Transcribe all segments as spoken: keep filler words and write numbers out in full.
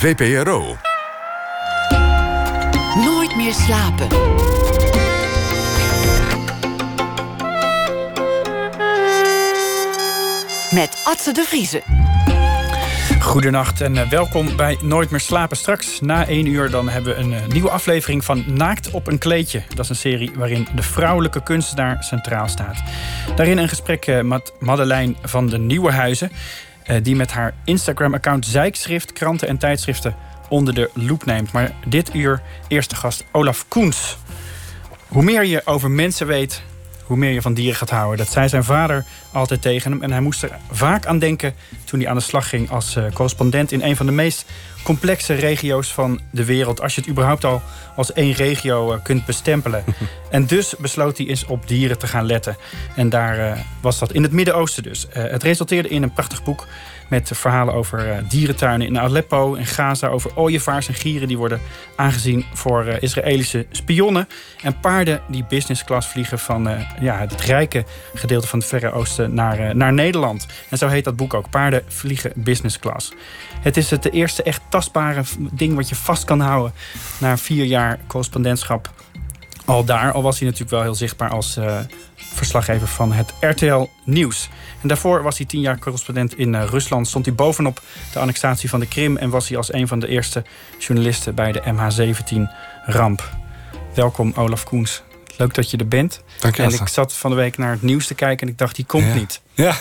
V P R O. Nooit meer slapen. Met Atze de Vrieze. Goedenacht en uh, welkom bij Nooit meer slapen. Straks na één uur dan hebben we een uh, nieuwe aflevering van Naakt op een kleedje. Dat is een serie waarin de vrouwelijke kunstenaar centraal staat. Daarin een gesprek uh, met Madeleine van de Nieuwenhuizen, Uh, die met haar Instagram-account zeikschrift, kranten en tijdschriften onder de loep neemt. Maar dit uur eerste gast Olaf Koens. Hoe meer je over mensen weet, hoe meer je van dieren gaat houden. Dat zei zijn vader altijd tegen hem. En hij moest er vaak aan denken toen hij aan de slag ging als uh, correspondent in een van de meest complexe regio's van de wereld. Als je het überhaupt al als één regio uh, kunt bestempelen. En dus besloot hij eens op dieren te gaan letten. En daar uh, was dat in het Midden-Oosten dus. Uh, het resulteerde in een prachtig boek met verhalen over uh, dierentuinen in Aleppo en Gaza, over ooievaars en gieren die worden aangezien voor uh, Israëlische spionnen. En paarden die business class vliegen van uh, ja, het rijke gedeelte van het Verre Oosten naar, uh, naar Nederland. En zo heet dat boek ook, Paarden vliegen business class. Het is het eerste echt tastbare ding wat je vast kan houden na vier jaar correspondentschap al daar. Al was hij natuurlijk wel heel zichtbaar als uh, verslaggever van het R T L Nieuws. En daarvoor was hij tien jaar correspondent in uh, Rusland. Stond hij bovenop de annexatie van de Krim en was hij als een van de eerste journalisten bij de M H zeventien ramp. Welkom Olaf Koens. Leuk dat je er bent. Dank je. En ik zat van de week naar het nieuws te kijken en ik dacht, die komt ja. niet. Ja.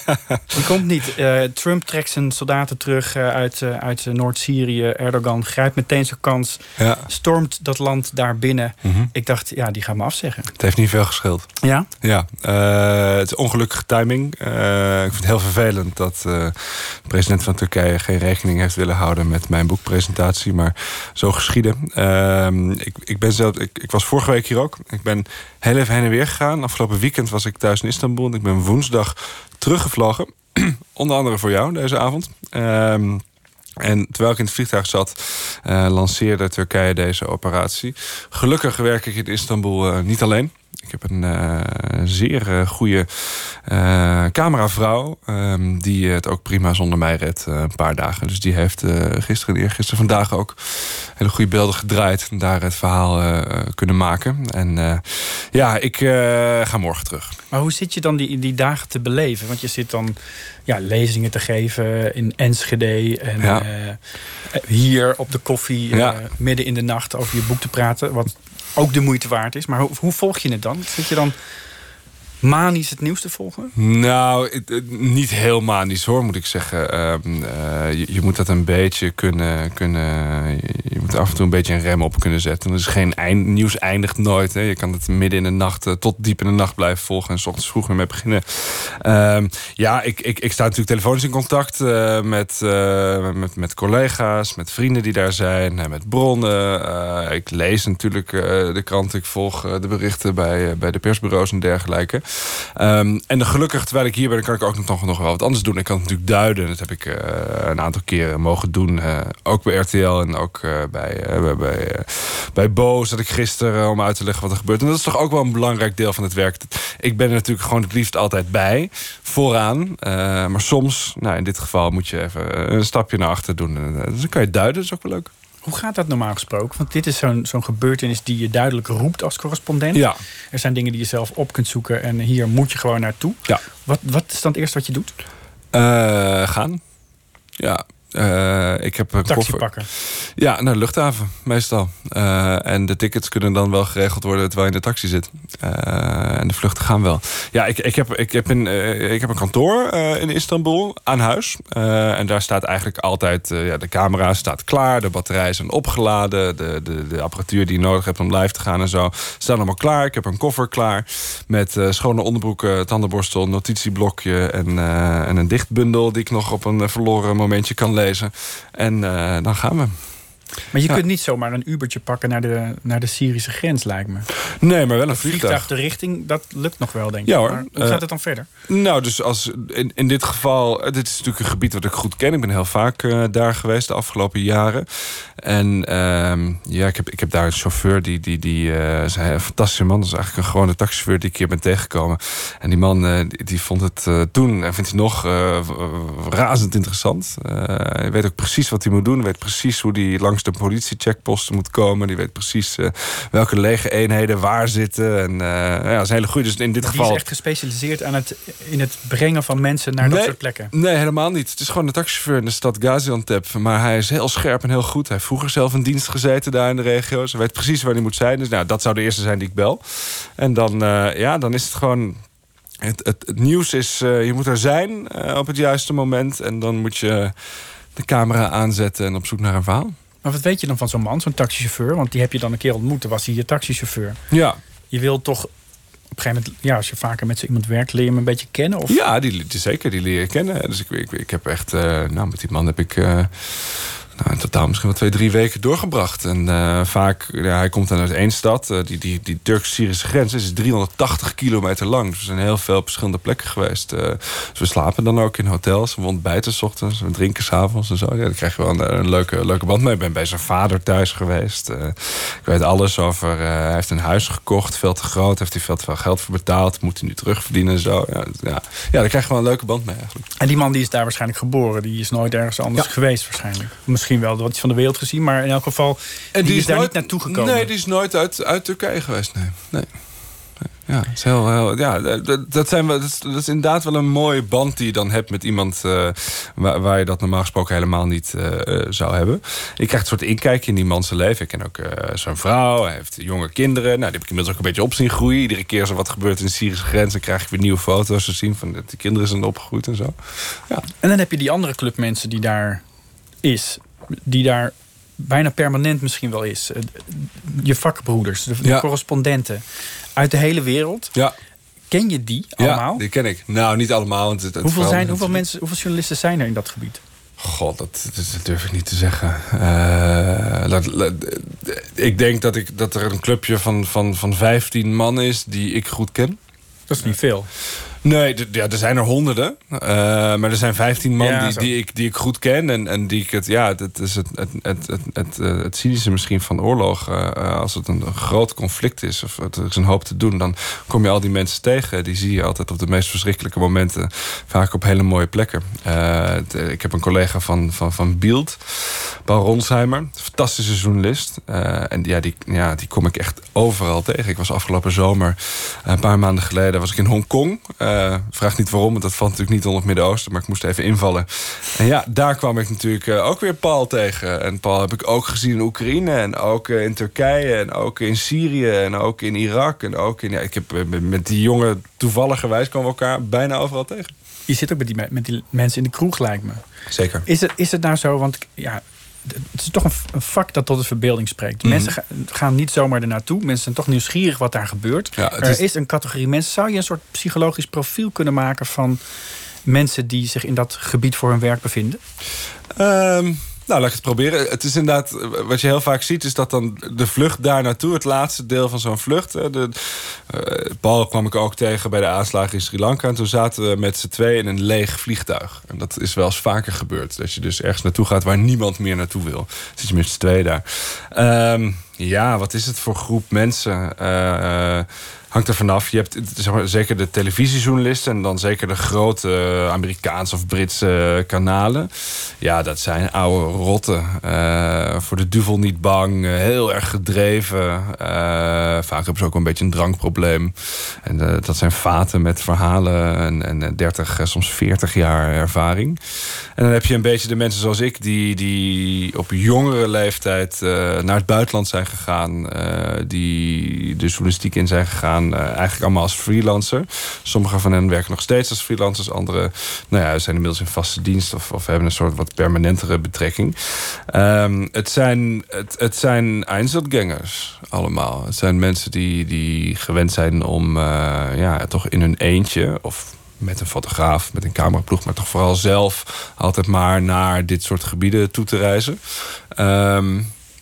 Die komt niet. Uh, Trump trekt zijn soldaten terug uh, uit, uh, uit Noord-Syrië. Erdogan grijpt meteen zijn kans. Ja. Stormt dat land daar binnen. Mm-hmm. Ik dacht, ja, die gaat me afzeggen. Het heeft niet veel gescheeld. Ja? Ja. Uh, het is ongelukkige timing. Uh, ik vind het heel vervelend dat uh, de president van Turkije geen rekening heeft willen houden met mijn boekpresentatie. Maar zo geschieden. Uh, ik, ik, ben zelf, ik, ik was vorige week hier ook. Ik ben heel even heen en weer gegaan. Afgelopen weekend was ik thuis in Istanbul. En ik ben woensdag teruggevlogen. Onder andere voor jou deze avond. Um, en terwijl ik in het vliegtuig zat, uh, lanceerde Turkije deze operatie. Gelukkig werk ik in Istanbul uh, niet alleen. Ik heb een uh, zeer uh, goede uh, cameravrouw. Um, die het ook prima zonder mij redt uh, een paar dagen. Dus die heeft uh, gisteren en eergisteren vandaag ook hele goede beelden gedraaid. En daar het verhaal uh, kunnen maken. En uh, ja, ik uh, ga morgen terug. Maar hoe zit je dan die, die dagen te beleven? Want je zit dan ja, lezingen te geven in Enschede. En ja. uh, hier op de koffie uh, ja. midden in de nacht over je boek te praten. Wat ook de moeite waard is. Maar hoe, hoe volg je het dan? Zit je dan manisch het nieuws te volgen? Nou, het, het, niet heel manisch hoor, moet ik zeggen. Uh, uh, je, je moet dat een beetje kunnen, kunnen... Je moet af en toe een beetje een rem op kunnen zetten. Er is geen eind, nieuws eindigt nooit. Hè. Je kan het midden in de nacht, uh, tot diep in de nacht blijven volgen. En 's ochtends vroeg weer mee beginnen. Uh, ja, ik, ik, ik sta natuurlijk telefonisch in contact uh, met, uh, met, met collega's, met vrienden die daar zijn, uh, met bronnen. Uh, ik lees natuurlijk uh, de krant. Ik volg uh, de berichten bij, uh, bij de persbureaus en dergelijke. Um, en de gelukkig, terwijl ik hier ben, kan ik ook nog, nog wel wat anders doen. Ik kan het natuurlijk duiden. Dat heb ik uh, een aantal keren mogen doen. Uh, ook bij R T L en ook uh, bij, uh, bij, uh, bij Bo zat ik gisteren uh, om uit te leggen wat er gebeurt. En dat is toch ook wel een belangrijk deel van het werk. Ik ben er natuurlijk gewoon het liefst altijd bij. Vooraan. Uh, maar soms, nou in dit geval, moet je even een stapje naar achter doen. Uh, dus dan kan je duiden. Dat is ook wel leuk. Hoe gaat dat normaal gesproken? Want dit is zo'n, zo'n gebeurtenis die je duidelijk roept als correspondent. Ja. Er zijn dingen die je zelf op kunt zoeken en hier moet je gewoon naartoe. Ja. Wat, wat is dan het eerste wat je doet? Uh, gaan. Ja. Uh, ik heb een taxi koffer. pakken? Ja, naar de luchthaven, meestal. Uh, en de tickets kunnen dan wel geregeld worden terwijl je in de taxi zit. Uh, en de vluchten gaan wel. Ja, ik, ik, heb, ik, heb, een, uh, ik heb een kantoor uh, in Istanbul aan huis. Uh, en daar staat eigenlijk altijd... Uh, ja, de camera staat klaar, de batterijen zijn opgeladen... De, de, de apparatuur die je nodig hebt om live te gaan en zo... staan allemaal klaar. Ik heb een koffer klaar met uh, schone onderbroeken, tandenborstel, notitieblokje... En, uh, en een dichtbundel die ik nog op een verloren momentje kan lezen. En uh, dan gaan we. Maar je ja. kunt niet zomaar een Ubertje pakken naar de, naar de Syrische grens, lijkt me. Nee, maar wel een vliegtuig. vliegtuig. De richting, dat lukt nog wel, denk ik. Ja, hoor. Maar hoe Uh, gaat het dan verder? Nou, dus als in, in dit geval... Dit is natuurlijk een gebied wat ik goed ken. Ik ben heel vaak uh, daar geweest de afgelopen jaren. En uh, ja, ik heb, ik heb daar een chauffeur, die, die, die uh, is een fantastische man. Dat is eigenlijk een gewone taxichauffeur die ik hier ben tegengekomen. En die man, uh, die, die vond het uh, toen, en vindt hij nog, uh, razend interessant. Uh, hij weet ook precies wat hij moet doen. Hij weet precies hoe hij langs de politiecheckposten moet komen. Die weet precies uh, welke lege eenheden waar zitten. En uh, ja, dat is een hele goede. Dus in dit die geval... is echt gespecialiseerd aan het, in het brengen van mensen naar nee, dat soort plekken. Nee, helemaal niet. Het is gewoon een taxichauffeur in de stad Gaziantep. Maar hij is heel scherp en heel goed. Hij heeft vroeger zelf in dienst gezeten daar in de regio's. Hij weet precies waar hij moet zijn. Dus nou, dat zou de eerste zijn die ik bel. En dan, uh, ja, dan is het gewoon... Het, het, het nieuws is, uh, je moet er zijn uh, op het juiste moment. En dan moet je de camera aanzetten en op zoek naar een verhaal. Maar wat weet je dan van zo'n man, zo'n taxichauffeur? Want die heb je dan een keer ontmoet. Dan was hij je taxichauffeur. Ja. Je wil toch... Op een gegeven moment, ja, als je vaker met zo iemand werkt, leer je hem een beetje kennen? Of? Ja, die, die, zeker, die leer je kennen. Dus ik, ik, ik heb echt, uh, nou, met die man heb ik uh, nou, in totaal misschien wel twee, drie weken doorgebracht. En uh, vaak, ja, hij komt dan uit één stad. Uh, die die, die Turks-Syrische grens is driehonderdtachtig kilometer lang. Dus we zijn heel veel op verschillende plekken geweest. Uh, dus we slapen dan ook in hotels. We ontbijten 's ochtends, we drinken 's avonds en zo. Ja, dan krijg je wel een, een leuke, leuke band mee. Ik ben bij zijn vader thuis geweest. Uh, ik weet alles over... Uh, hij heeft een huis gekocht, veel te groot. Heeft hij veel te veel geld voor betaald. Moet hij nu terugverdienen en zo. Ja, ja. ja daar krijg je wel een leuke band mee eigenlijk. En die man die is daar waarschijnlijk geboren. Die is nooit ergens anders ja. geweest waarschijnlijk. Misschien wel wat van de wereld gezien, maar in elk geval... En die, die is, is daar nooit, niet naartoe gekomen. Nee, die is nooit uit, uit Turkije geweest, nee. nee. Ja, het is heel, heel, ja dat, dat, zijn, dat, is, dat is inderdaad wel een mooie band die je dan hebt met iemand uh, waar, waar je dat normaal gesproken helemaal niet uh, zou hebben. Ik krijg een soort inkijkje in die man zijn leven. Ik ken ook uh, zijn vrouw, hij heeft jonge kinderen. Nou, die heb ik inmiddels ook een beetje op zien groeien. Iedere keer als er wat gebeurt in de Syrische grens, dan krijg ik weer nieuwe foto's te zien van dat die kinderen zijn opgegroeid en zo. Ja. En dan heb je die andere club mensen die daar is, die daar bijna permanent misschien wel is. Je vakbroeders, de, de ja. correspondenten uit de hele wereld. Ja. Ken je die allemaal? Ja, die ken ik. Nou, niet allemaal. Want het, het hoeveel, zijn, hoeveel, mensen, hoeveel journalisten zijn er in dat gebied? God, dat, dat durf ik niet te zeggen. Uh, dat, dat, ik denk dat, ik, dat er een clubje van, van, van vijftien man is die ik goed ken. Dat is niet veel. Nee, d- ja, er zijn er honderden. Uh, maar er zijn vijftien man ja, die, die, ik, die ik goed ken. En, en die ik het, ja, dat is het, het, het, het, het, het cynische misschien van oorlog. Uh, als het een, een groot conflict is, of er is een hoop te doen, dan kom je al die mensen tegen. Die zie je altijd op de meest verschrikkelijke momenten. Vaak op hele mooie plekken. Uh, de, ik heb een collega van, van, van Bild, Paul Ronsheimer. Fantastische journalist. Uh, en ja die, ja, die kom ik echt overal tegen. Ik was afgelopen zomer, een paar maanden geleden, was ik in Hongkong. Uh, Uh, vraag niet waarom, want dat valt natuurlijk niet onder het Midden-Oosten, maar ik moest even invallen. En ja, daar kwam ik natuurlijk uh, ook weer Paul tegen. En Paul heb ik ook gezien in Oekraïne en ook uh, in Turkije en ook in Syrië en ook in Irak en ook in. Ja, ik heb uh, met die jongen toevalligerwijs komen we elkaar bijna overal tegen. Je zit ook met die, met die mensen in de kroeg, lijkt me. Zeker. Is het, is het nou zo, want ja, het is toch een, een vak dat tot de verbeelding spreekt. Mm-hmm. Mensen ga, gaan niet zomaar ernaartoe. Mensen zijn toch nieuwsgierig wat daar gebeurt. Ja, er is... is een categorie mensen. Zou je een soort psychologisch profiel kunnen maken van mensen die zich in dat gebied voor hun werk bevinden? Um... Nou, laat ik het proberen. Het is inderdaad, wat je heel vaak ziet, is dat dan de vlucht daar naartoe, het laatste deel van zo'n vlucht. De, uh, Paul kwam ik ook tegen bij de aanslagen in Sri Lanka. En toen zaten we met z'n tweeën in een leeg vliegtuig. En dat is wel eens vaker gebeurd. Dat je dus ergens naartoe gaat waar niemand meer naartoe wil. Dan zit je met z'n tweeën daar. Um, ja, wat is het voor groep mensen? Uh, uh, hangt er vanaf. Je hebt zeg maar, zeker de televisiejournalisten en dan zeker de grote Amerikaanse of Britse kanalen. Ja, dat zijn oude rotten. Uh, voor de duivel niet bang. Uh, heel erg gedreven. Uh, vaak hebben ze ook een beetje een drankprobleem. En uh, dat zijn vaten met verhalen en, en dertig, soms veertig jaar ervaring. En dan heb je een beetje de mensen zoals ik die, die op jongere leeftijd uh, naar het buitenland zijn gegaan. Uh, die de journalistiek in zijn gegaan. Uh, eigenlijk allemaal als freelancer. Sommige van hen werken nog steeds als freelancers. Anderen nou ja, zijn inmiddels in vaste dienst of, of hebben een soort wat permanentere betrekking. Um, het zijn, het, het zijn Einzelgängers allemaal. Het zijn mensen die, die gewend zijn om uh, ja, toch in hun eentje of met een fotograaf, met een cameraploeg, maar toch vooral zelf altijd maar naar dit soort gebieden toe te reizen. Um,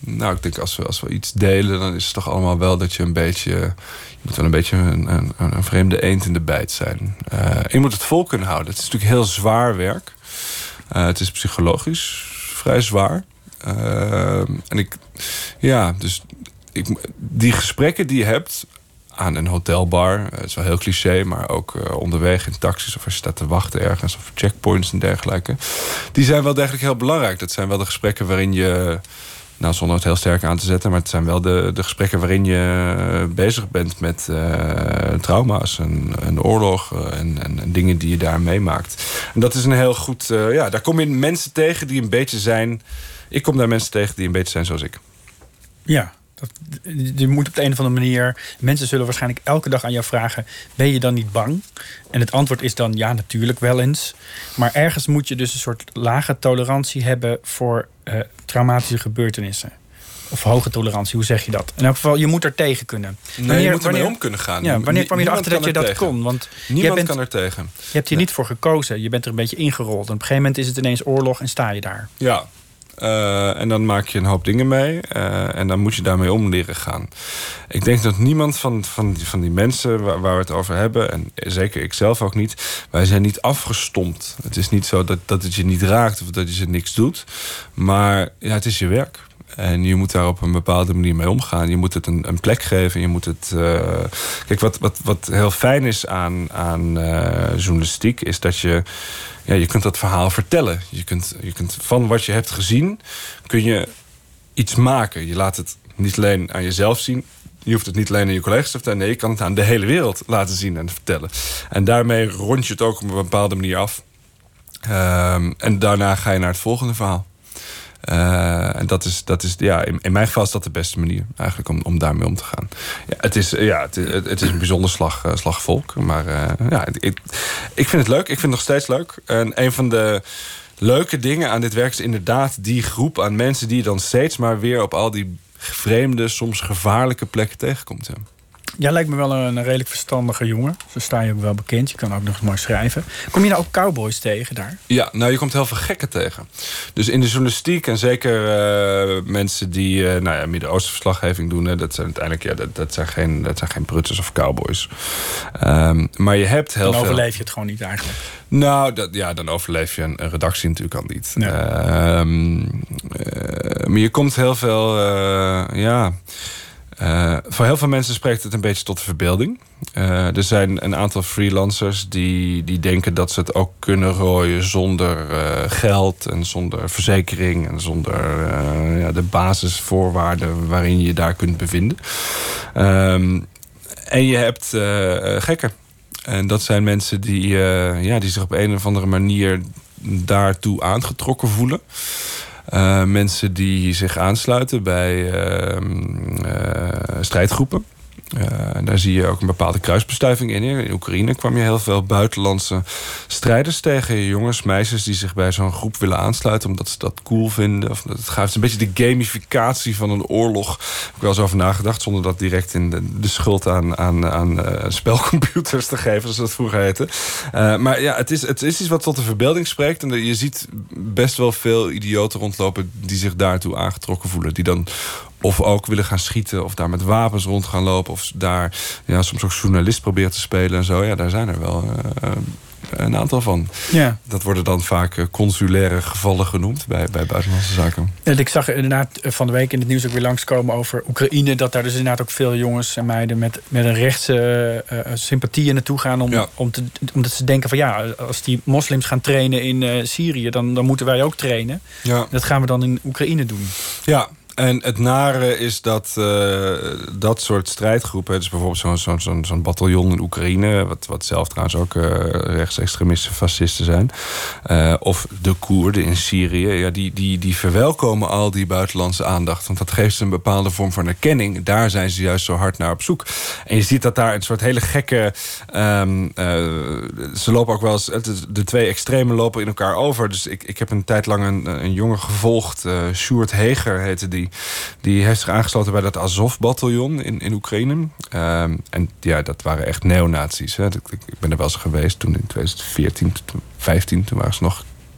Nou, ik denk als we, als we iets delen, dan is het toch allemaal wel dat je een beetje... Je moet wel een beetje een, een, een vreemde eend in de bijt zijn. Uh, je moet het vol kunnen houden. Het is natuurlijk heel zwaar werk. Uh, het is psychologisch vrij zwaar. Uh, en ik... Ja, dus... Ik, die gesprekken die je hebt aan een hotelbar, het is wel heel cliché, maar ook uh, onderweg in taxis of als je staat te wachten ergens of checkpoints en dergelijke, die zijn wel degelijk heel belangrijk. Dat zijn wel de gesprekken waarin je, nou zonder het heel sterk aan te zetten, maar het zijn wel de, de gesprekken waarin je bezig bent met uh, trauma's en, en oorlog uh, en, en, en dingen die je daar meemaakt. En dat is een heel goed, uh, ja, daar kom je mensen tegen die een beetje zijn, ik kom daar mensen tegen die een beetje zijn zoals ik. Ja. Je moet op de een of andere manier... Mensen zullen waarschijnlijk elke dag aan jou vragen... ben je dan niet bang? En het antwoord is dan ja, natuurlijk wel eens. Maar ergens moet je dus een soort lage tolerantie hebben... voor uh, traumatische gebeurtenissen. Of hoge tolerantie, hoe zeg je dat? In elk geval, je moet er tegen kunnen. Nee, wanneer, je moet ermee wanneer, om kunnen gaan. Ja, wanneer kwam je Niemand erachter dat je dat tegen. kon? Want Niemand bent, kan er tegen. Je hebt hier nee. niet voor gekozen. Je bent er een beetje ingerold. En op een gegeven moment is het ineens oorlog en sta je daar. Ja. Uh, en dan maak je een hoop dingen mee. Uh, en dan moet je daarmee om leren gaan. Ik denk dat niemand van, van, die, van die mensen waar, waar we het over hebben... en zeker ik zelf ook niet... wij zijn niet afgestompt. Het is niet zo dat, dat het je niet raakt of dat je ze niks doet. Maar ja, het is je werk. En je moet daar op een bepaalde manier mee omgaan. Je moet het een, een plek geven. Je moet het. Uh... Kijk, wat, wat, wat heel fijn is aan, aan uh, journalistiek, is dat je. Ja, je kunt dat verhaal vertellen. Je kunt, je kunt van wat je hebt gezien, kun je iets maken. Je laat het niet alleen aan jezelf zien. Je hoeft het niet alleen aan je collega's te vertellen. Nee, je kan het aan de hele wereld laten zien en vertellen. En daarmee rond je het ook op een bepaalde manier af. Um, en daarna ga je naar het volgende verhaal. Uh, en dat is, dat is ja, in, in mijn geval is dat de beste manier eigenlijk om, om daarmee om te gaan. Ja, het is, ja, het, het is een bijzonder slag, uh, slagvolk. Maar uh, ja, ik, ik vind het leuk. Ik vind het nog steeds leuk. En een van de leuke dingen aan dit werk is inderdaad die groep aan mensen die je dan steeds maar weer op al die vreemde, soms gevaarlijke plekken tegenkomt. Ja. Jij lijkt me wel een redelijk verstandige jongen. Zo sta je ook wel bekend. Je kan ook nog eens mooi schrijven. Kom je nou ook cowboys tegen daar? Ja, nou je komt heel veel gekken tegen. Dus in de journalistiek en zeker uh, mensen die uh, nou ja, Midden-Oosten verslaggeving doen... Hè, dat zijn uiteindelijk ja, dat, dat zijn geen, dat zijn geen prutsers of cowboys. Um, maar je hebt heel dan veel... overleef je het gewoon niet eigenlijk. Nou, dat, ja, dan overleef je een, een redactie natuurlijk al niet. Nee. Uh, um, uh, maar je komt heel veel... Uh, ja... Uh, voor heel veel mensen spreekt het een beetje tot de verbeelding. Uh, er zijn een aantal freelancers die, die denken dat ze het ook kunnen rooien zonder uh, geld en zonder verzekering en zonder uh, ja, de basisvoorwaarden waarin je je daar kunt bevinden. Um, en je hebt uh, gekken. En dat zijn mensen die, uh, ja, die zich op een of andere manier daartoe aangetrokken voelen. Uh, mensen die zich aansluiten bij uh, uh, strijdgroepen. Uh, daar zie je ook een bepaalde kruisbestuiving in. In Oekraïne kwam je heel veel buitenlandse strijders tegen. Jongens, meisjes die zich bij zo'n groep willen aansluiten omdat ze dat cool vinden. Of dat het gaat. Het is een beetje de gamificatie van een oorlog. Daar heb ik wel eens over nagedacht, zonder dat direct in de, de schuld aan, aan, aan uh, spelcomputers te geven, zoals dat vroeger heette. Uh, maar ja, het is, het is iets wat tot de verbeelding spreekt. En je ziet best wel veel idioten rondlopen die zich daartoe aangetrokken voelen. Die dan of ook willen gaan schieten, of daar met wapens rond gaan lopen, of daar ja, soms ook journalist proberen te spelen en zo. Ja, daar zijn er wel uh, een aantal van. Ja. Dat worden dan vaak uh, consulaire gevallen genoemd bij, bij buitenlandse zaken. En ik zag inderdaad van de week in het nieuws ook weer langskomen over Oekraïne, dat daar dus inderdaad ook veel jongens en meiden met, met een rechtse uh, sympathieën naartoe gaan om, ja. om te, omdat ze denken van ja, als die moslims gaan trainen in uh, Syrië, dan, dan moeten wij ook trainen. Ja. Dat gaan we dan in Oekraïne doen. Ja. En het nare is dat uh, dat soort strijdgroepen, dus bijvoorbeeld zo'n zo'n zo'n zo'n bataljon in Oekraïne, wat, wat zelf trouwens ook uh, rechtsextremisten, fascisten zijn, uh, of de Koerden in Syrië, ja, die, die, die verwelkomen al die buitenlandse aandacht. Want dat geeft ze een bepaalde vorm van erkenning. Daar zijn ze juist zo hard naar op zoek. En je ziet dat daar een soort hele gekke... Um, uh, ze lopen ook wel eens... De twee extremen lopen in elkaar over. Dus ik, ik heb een tijd lang een, een jongen gevolgd. Uh, Sjoerd Heger heette die. Die heeft zich aangesloten bij dat Azov-bataljon in, in Oekraïne. Um, en ja, dat waren echt neonazies. Hè. Ik, ik ben er wel eens geweest toen in twintig veertien, vijftien. Toen waren ze nog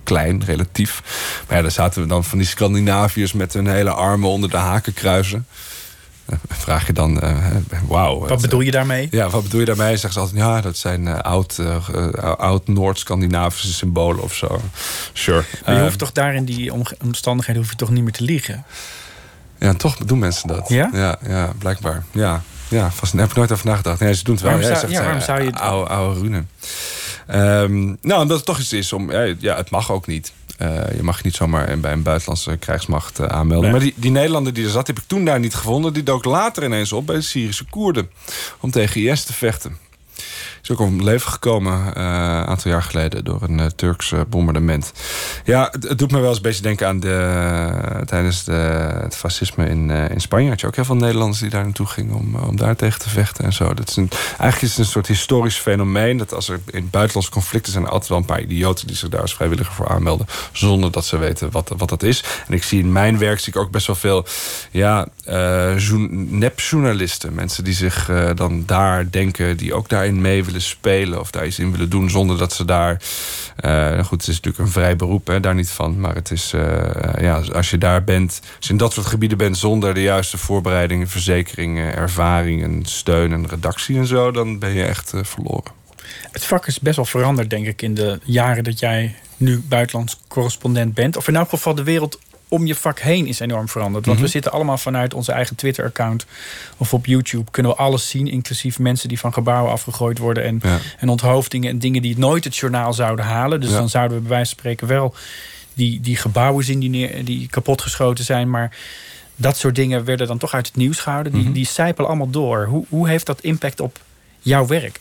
klein, relatief. Maar ja, daar zaten we dan van die Scandinaviërs met hun hele armen onder de haken kruisen. Vraag je dan, uh, wauw. Wat bedoel je daarmee? Ja, wat bedoel je daarmee? Zeggen ze altijd, ja, dat zijn uh, oud, uh, oud Noord-Scandinavische symbolen of zo. Sure. Maar je uh, hoeft toch daar in die omstandigheden hoef je toch niet meer te liegen? Ja, toch doen mensen dat. Ja? Ja, ja blijkbaar. Ja, ja vast, daar heb ik nooit over nagedacht. Nee, ze doen het wel. Waarom Jij zou, zegt, ja, waarom zou je het... Oude, oude runen. Um, nou, omdat het toch iets is om... Ja, het mag ook niet. Uh, je mag niet zomaar bij een buitenlandse krijgsmacht uh, aanmelden. Nee. Maar die, die Nederlander die er zat, heb ik toen daar niet gevonden. Die dook later ineens op bij de Syrische Koerden. Om tegen I S te vechten. Is ook om het leven gekomen een uh, aantal jaar geleden door een uh, Turks uh, bombardement. Ja, het, het doet me wel eens een beetje denken aan de, uh, tijdens de, het fascisme in, uh, in Spanje. Had je ook heel veel Nederlanders die daar naartoe gingen om, om daar tegen te vechten en zo. Dat is een, eigenlijk is het een soort historisch fenomeen dat als er in buitenlandse conflicten zijn er altijd wel een paar idioten die zich daar als vrijwilliger voor aanmelden, zonder dat ze weten wat, wat dat is. En ik zie in mijn werk zie ik ook best wel veel ja, uh, nepjournalisten. Mensen die zich uh, dan daar denken, die ook daarin mee willen spelen of daar iets in willen doen zonder dat ze daar... Uh, goed, het is natuurlijk een vrij beroep, hè, daar niet van. Maar het is, uh, ja, als je daar bent, als je in dat soort gebieden bent zonder de juiste voorbereidingen, verzekeringen, ervaringen, steun en redactie en zo, dan ben je echt uh, verloren. Het vak is best wel veranderd, denk ik, in de jaren dat jij nu buitenlands correspondent bent. Of in elk geval de wereld om je vak heen is enorm veranderd. Want mm-hmm. we zitten allemaal vanuit onze eigen Twitter-account of op YouTube kunnen we alles zien, inclusief mensen die van gebouwen afgegooid worden en, ja. en onthoofdingen en dingen die nooit het journaal zouden halen. Dus ja. dan zouden we bij wijze van spreken wel die, die gebouwen zien die, neer, die kapotgeschoten zijn, maar dat soort dingen werden dan toch uit het nieuws gehouden. Die, mm-hmm. die sijpelen allemaal door. Hoe, hoe heeft dat impact op jouw werk?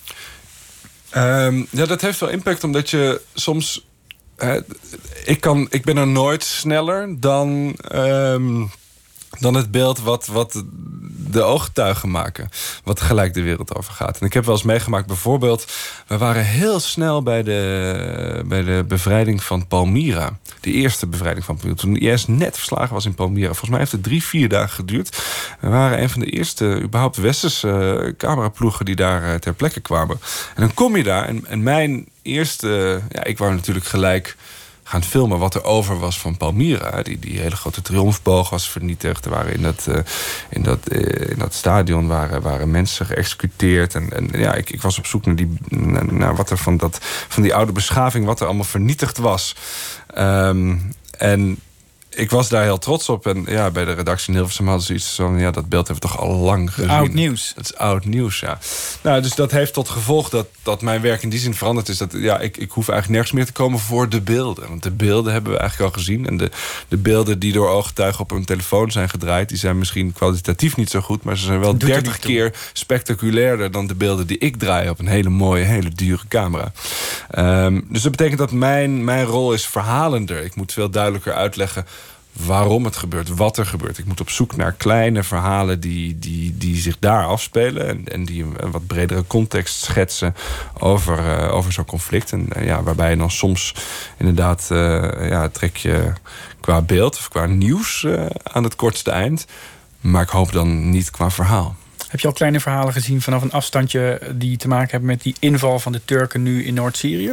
Um, ja, dat heeft wel impact omdat je soms... Uh, ik, kan, ik ben er nooit sneller dan, um, dan het beeld wat, wat de ooggetuigen maken. Wat gelijk de wereld over gaat. En ik heb wel eens meegemaakt, bijvoorbeeld... we waren heel snel bij de, bij de bevrijding van Palmyra. De eerste bevrijding van Palmyra. Toen de I S net verslagen was in Palmyra. Volgens mij heeft het drie, vier dagen geduurd. We waren een van de eerste, überhaupt westerse uh, cameraploegen die daar uh, ter plekke kwamen. En dan kom je daar en, en mijn eerste... Ja, ik wou natuurlijk gelijk gaan filmen wat er over was van Palmyra. Die, die hele grote triomfboog was vernietigd. Er waren in dat, uh, in dat, uh, in dat stadion waren, waren mensen geëxecuteerd. En, en ja, ik, ik was op zoek naar, die, naar, naar wat er van, dat, van die oude beschaving, wat er allemaal vernietigd was. Um, en ik was daar heel trots op. En ja, bij de redactie in Hilversum hadden ze iets van... ja, dat beeld hebben we toch al lang gezien. Oud nieuws. Dat is oud nieuws, ja. Nou, dus dat heeft tot gevolg dat, dat mijn werk in die zin veranderd is. Dat, ja, ik, ik hoef eigenlijk nergens meer te komen voor de beelden. Want de beelden hebben we eigenlijk al gezien. En de, de beelden die door ooggetuigen op een telefoon zijn gedraaid... die zijn misschien kwalitatief niet zo goed... maar ze zijn wel dertig keer spectaculairder dan de beelden die ik draai... op een hele mooie, hele dure camera. Um, dus dat betekent dat mijn, mijn rol is verhalender. Ik moet veel duidelijker uitleggen waarom het gebeurt, wat er gebeurt. Ik moet op zoek naar kleine verhalen die, die, die zich daar afspelen... en, en die een wat bredere context schetsen over, uh, over zo'n conflict. En uh, ja, waarbij je dan soms inderdaad uh, ja, trek je qua beeld of qua nieuws uh, aan het kortste eind. Maar ik hoop dan niet qua verhaal. Heb je al kleine verhalen gezien vanaf een afstandje die te maken hebben met die inval van de Turken nu in Noord-Syrië?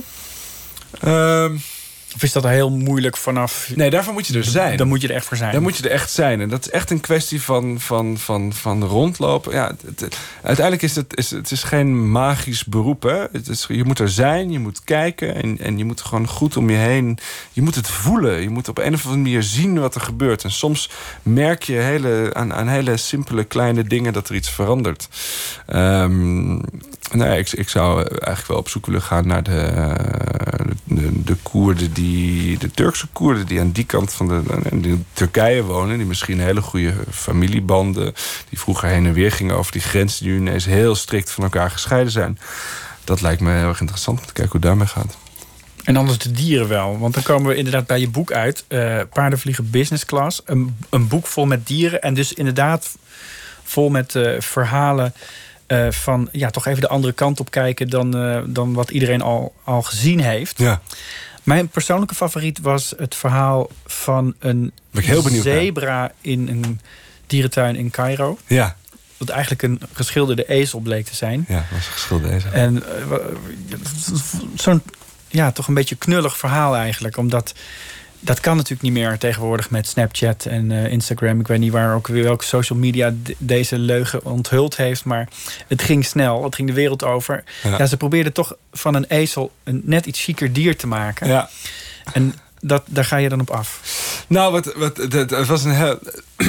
Um, Of is dat heel moeilijk vanaf... Nee, daarvoor moet je er zijn. Dan moet je er echt voor zijn. Dan moet je er echt zijn. En dat is echt een kwestie van, van, van, van rondlopen. Ja, het, het, uiteindelijk is het, is, het is geen magisch beroep. Hè? Het is, je moet er zijn, je moet kijken... En, en je moet gewoon goed om je heen... Je moet het voelen. Je moet op een of andere manier zien wat er gebeurt. En soms merk je hele, aan, aan hele simpele kleine dingen... dat er iets verandert. Um, nou ja, ik, ik zou eigenlijk wel op zoek willen gaan naar de, de, de Koerden... Die, de Turkse Koerden die aan die kant van de, de Turkije wonen... die misschien hele goede familiebanden... die vroeger heen en weer gingen over die grens... die nu ineens heel strikt van elkaar gescheiden zijn. Dat lijkt me heel erg interessant om te kijken hoe het daarmee gaat. En anders de dieren wel. Want dan komen we inderdaad bij je boek uit. Uh, Paardenvliegen Business Class. Een, een boek vol met dieren. En dus inderdaad vol met uh, verhalen... Uh, van ja, toch even de andere kant op kijken... dan, uh, dan wat iedereen al, al gezien heeft. Ja. Mijn persoonlijke favoriet was het verhaal van een ben ik heel benieuwd zebra naar. in een dierentuin in Cairo. Ja. Wat eigenlijk een geschilderde ezel bleek te zijn. Ja, dat was een geschilderde ezel. En uh, zo'n ja, toch een beetje knullig verhaal eigenlijk. Omdat dat kan natuurlijk niet meer tegenwoordig met Snapchat en uh, Instagram. Ik weet niet waar ook weer welke social media d- deze leugen onthuld heeft. Maar het ging snel. Het ging de wereld over. Ja, ja ze probeerden toch van een ezel een net iets chiquer dier te maken. Ja. En dat, daar ga je dan op af. Nou, wat, wat, het, het was een heel...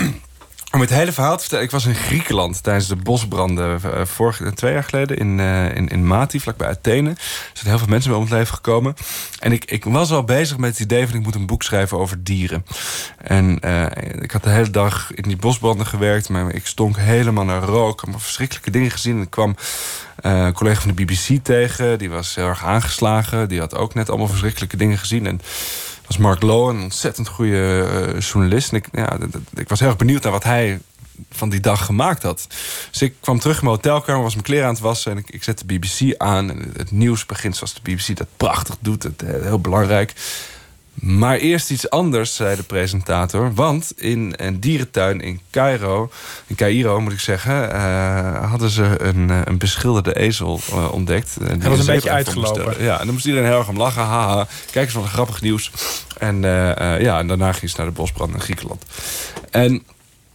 Om het hele verhaal te vertellen, ik was in Griekenland tijdens de bosbranden uh, vorig, twee jaar geleden in, uh, in, in Mati, vlakbij Athene. Er zijn heel veel mensen bij om het leven gekomen. En ik, ik was al bezig met het idee van ik moet een boek schrijven over dieren. En uh, ik had de hele dag in die bosbranden gewerkt, maar ik stonk helemaal naar rook. Ik had verschrikkelijke dingen gezien. En ik kwam uh, een collega van de B B C tegen, die was heel erg aangeslagen. Die had ook net allemaal verschrikkelijke dingen gezien. En was Mark Lowe, een ontzettend goede uh, journalist. En ik, ja, d- d- ik was heel erg benieuwd naar wat hij van die dag gemaakt had. Dus ik kwam terug in mijn hotelkamer, was mijn kleren aan het wassen en ik, ik zette de B B C aan. En het nieuws begint zoals de B B C dat prachtig doet. Het, heel belangrijk. Maar eerst iets anders, zei de presentator. Want in een dierentuin in Cairo, in Caïro moet ik zeggen, uh, hadden ze een, een beschilderde ezel uh, ontdekt. Hij was een beetje uitgelopen. Ja, en dan moest iedereen heel erg om lachen. Haha, kijk eens wat een grappig nieuws. En, uh, uh, ja, en daarna ging ze naar de bosbrand in Griekenland. En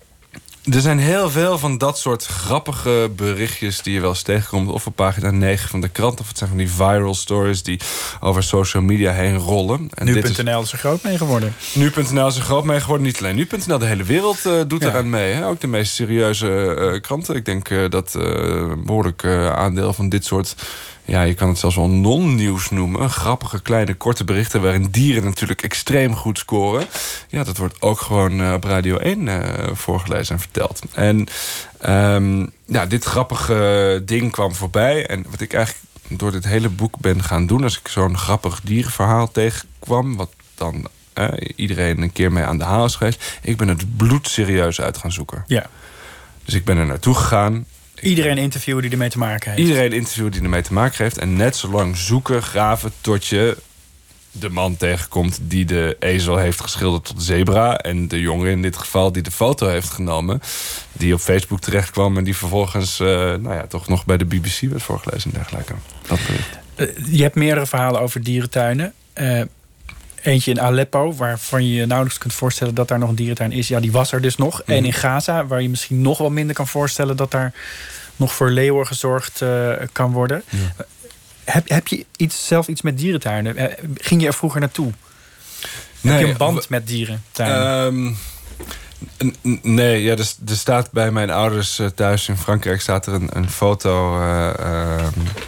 er zijn heel veel van dat soort grappige berichtjes die je wel eens tegenkomt. Of op pagina negen van de krant. Of het zijn van die viral stories die over social media heen rollen. Nu punt n l is er groot mee geworden. Nu punt n l is er groot mee geworden. Niet alleen Nu punt n l, de hele wereld uh, doet ja. eraan mee. Hè? Ook de meest serieuze uh, kranten. Ik denk uh, dat uh, een behoorlijk uh, aandeel van dit soort... Ja, je kan het zelfs wel non-nieuws noemen. Grappige, kleine, korte berichten waarin dieren natuurlijk extreem goed scoren. Ja, dat wordt ook gewoon uh, op Radio één uh, voorgelezen en verteld. En um, ja, dit grappige ding kwam voorbij. En wat ik eigenlijk door dit hele boek ben gaan doen, als ik zo'n grappig dierenverhaal tegenkwam, wat dan uh, iedereen een keer mee aan de haal is geweest, ik ben het bloedserieus uit gaan zoeken. Ja. Dus ik ben er naartoe gegaan. Iedereen interviewen die ermee te maken heeft. Iedereen interviewen die ermee te maken heeft. En net zo lang zoeken, graven, tot je de man tegenkomt die de ezel heeft geschilderd tot zebra. En de jongen in dit geval die de foto heeft genomen. Die op Facebook terecht kwam en die vervolgens uh, nou ja, toch nog bij de B B C werd voorgelezen en dergelijke. Dat bericht. Uh, je hebt meerdere verhalen over dierentuinen. Uh, Eentje in Aleppo, waarvan je je nauwelijks kunt voorstellen dat daar nog een dierentuin is. Ja, die was er dus nog. Mm. En in Gaza, waar je misschien nog wel minder kan voorstellen dat daar nog voor leeuwen gezorgd uh, kan worden. Ja. Heb, heb je iets, zelf iets met dierentuinen? Ging je er vroeger naartoe? Nee, heb je een band w- met dierentuinen? Um, n- nee, ja, er, er staat bij mijn ouders uh, thuis in Frankrijk staat er een, een foto uh, uh,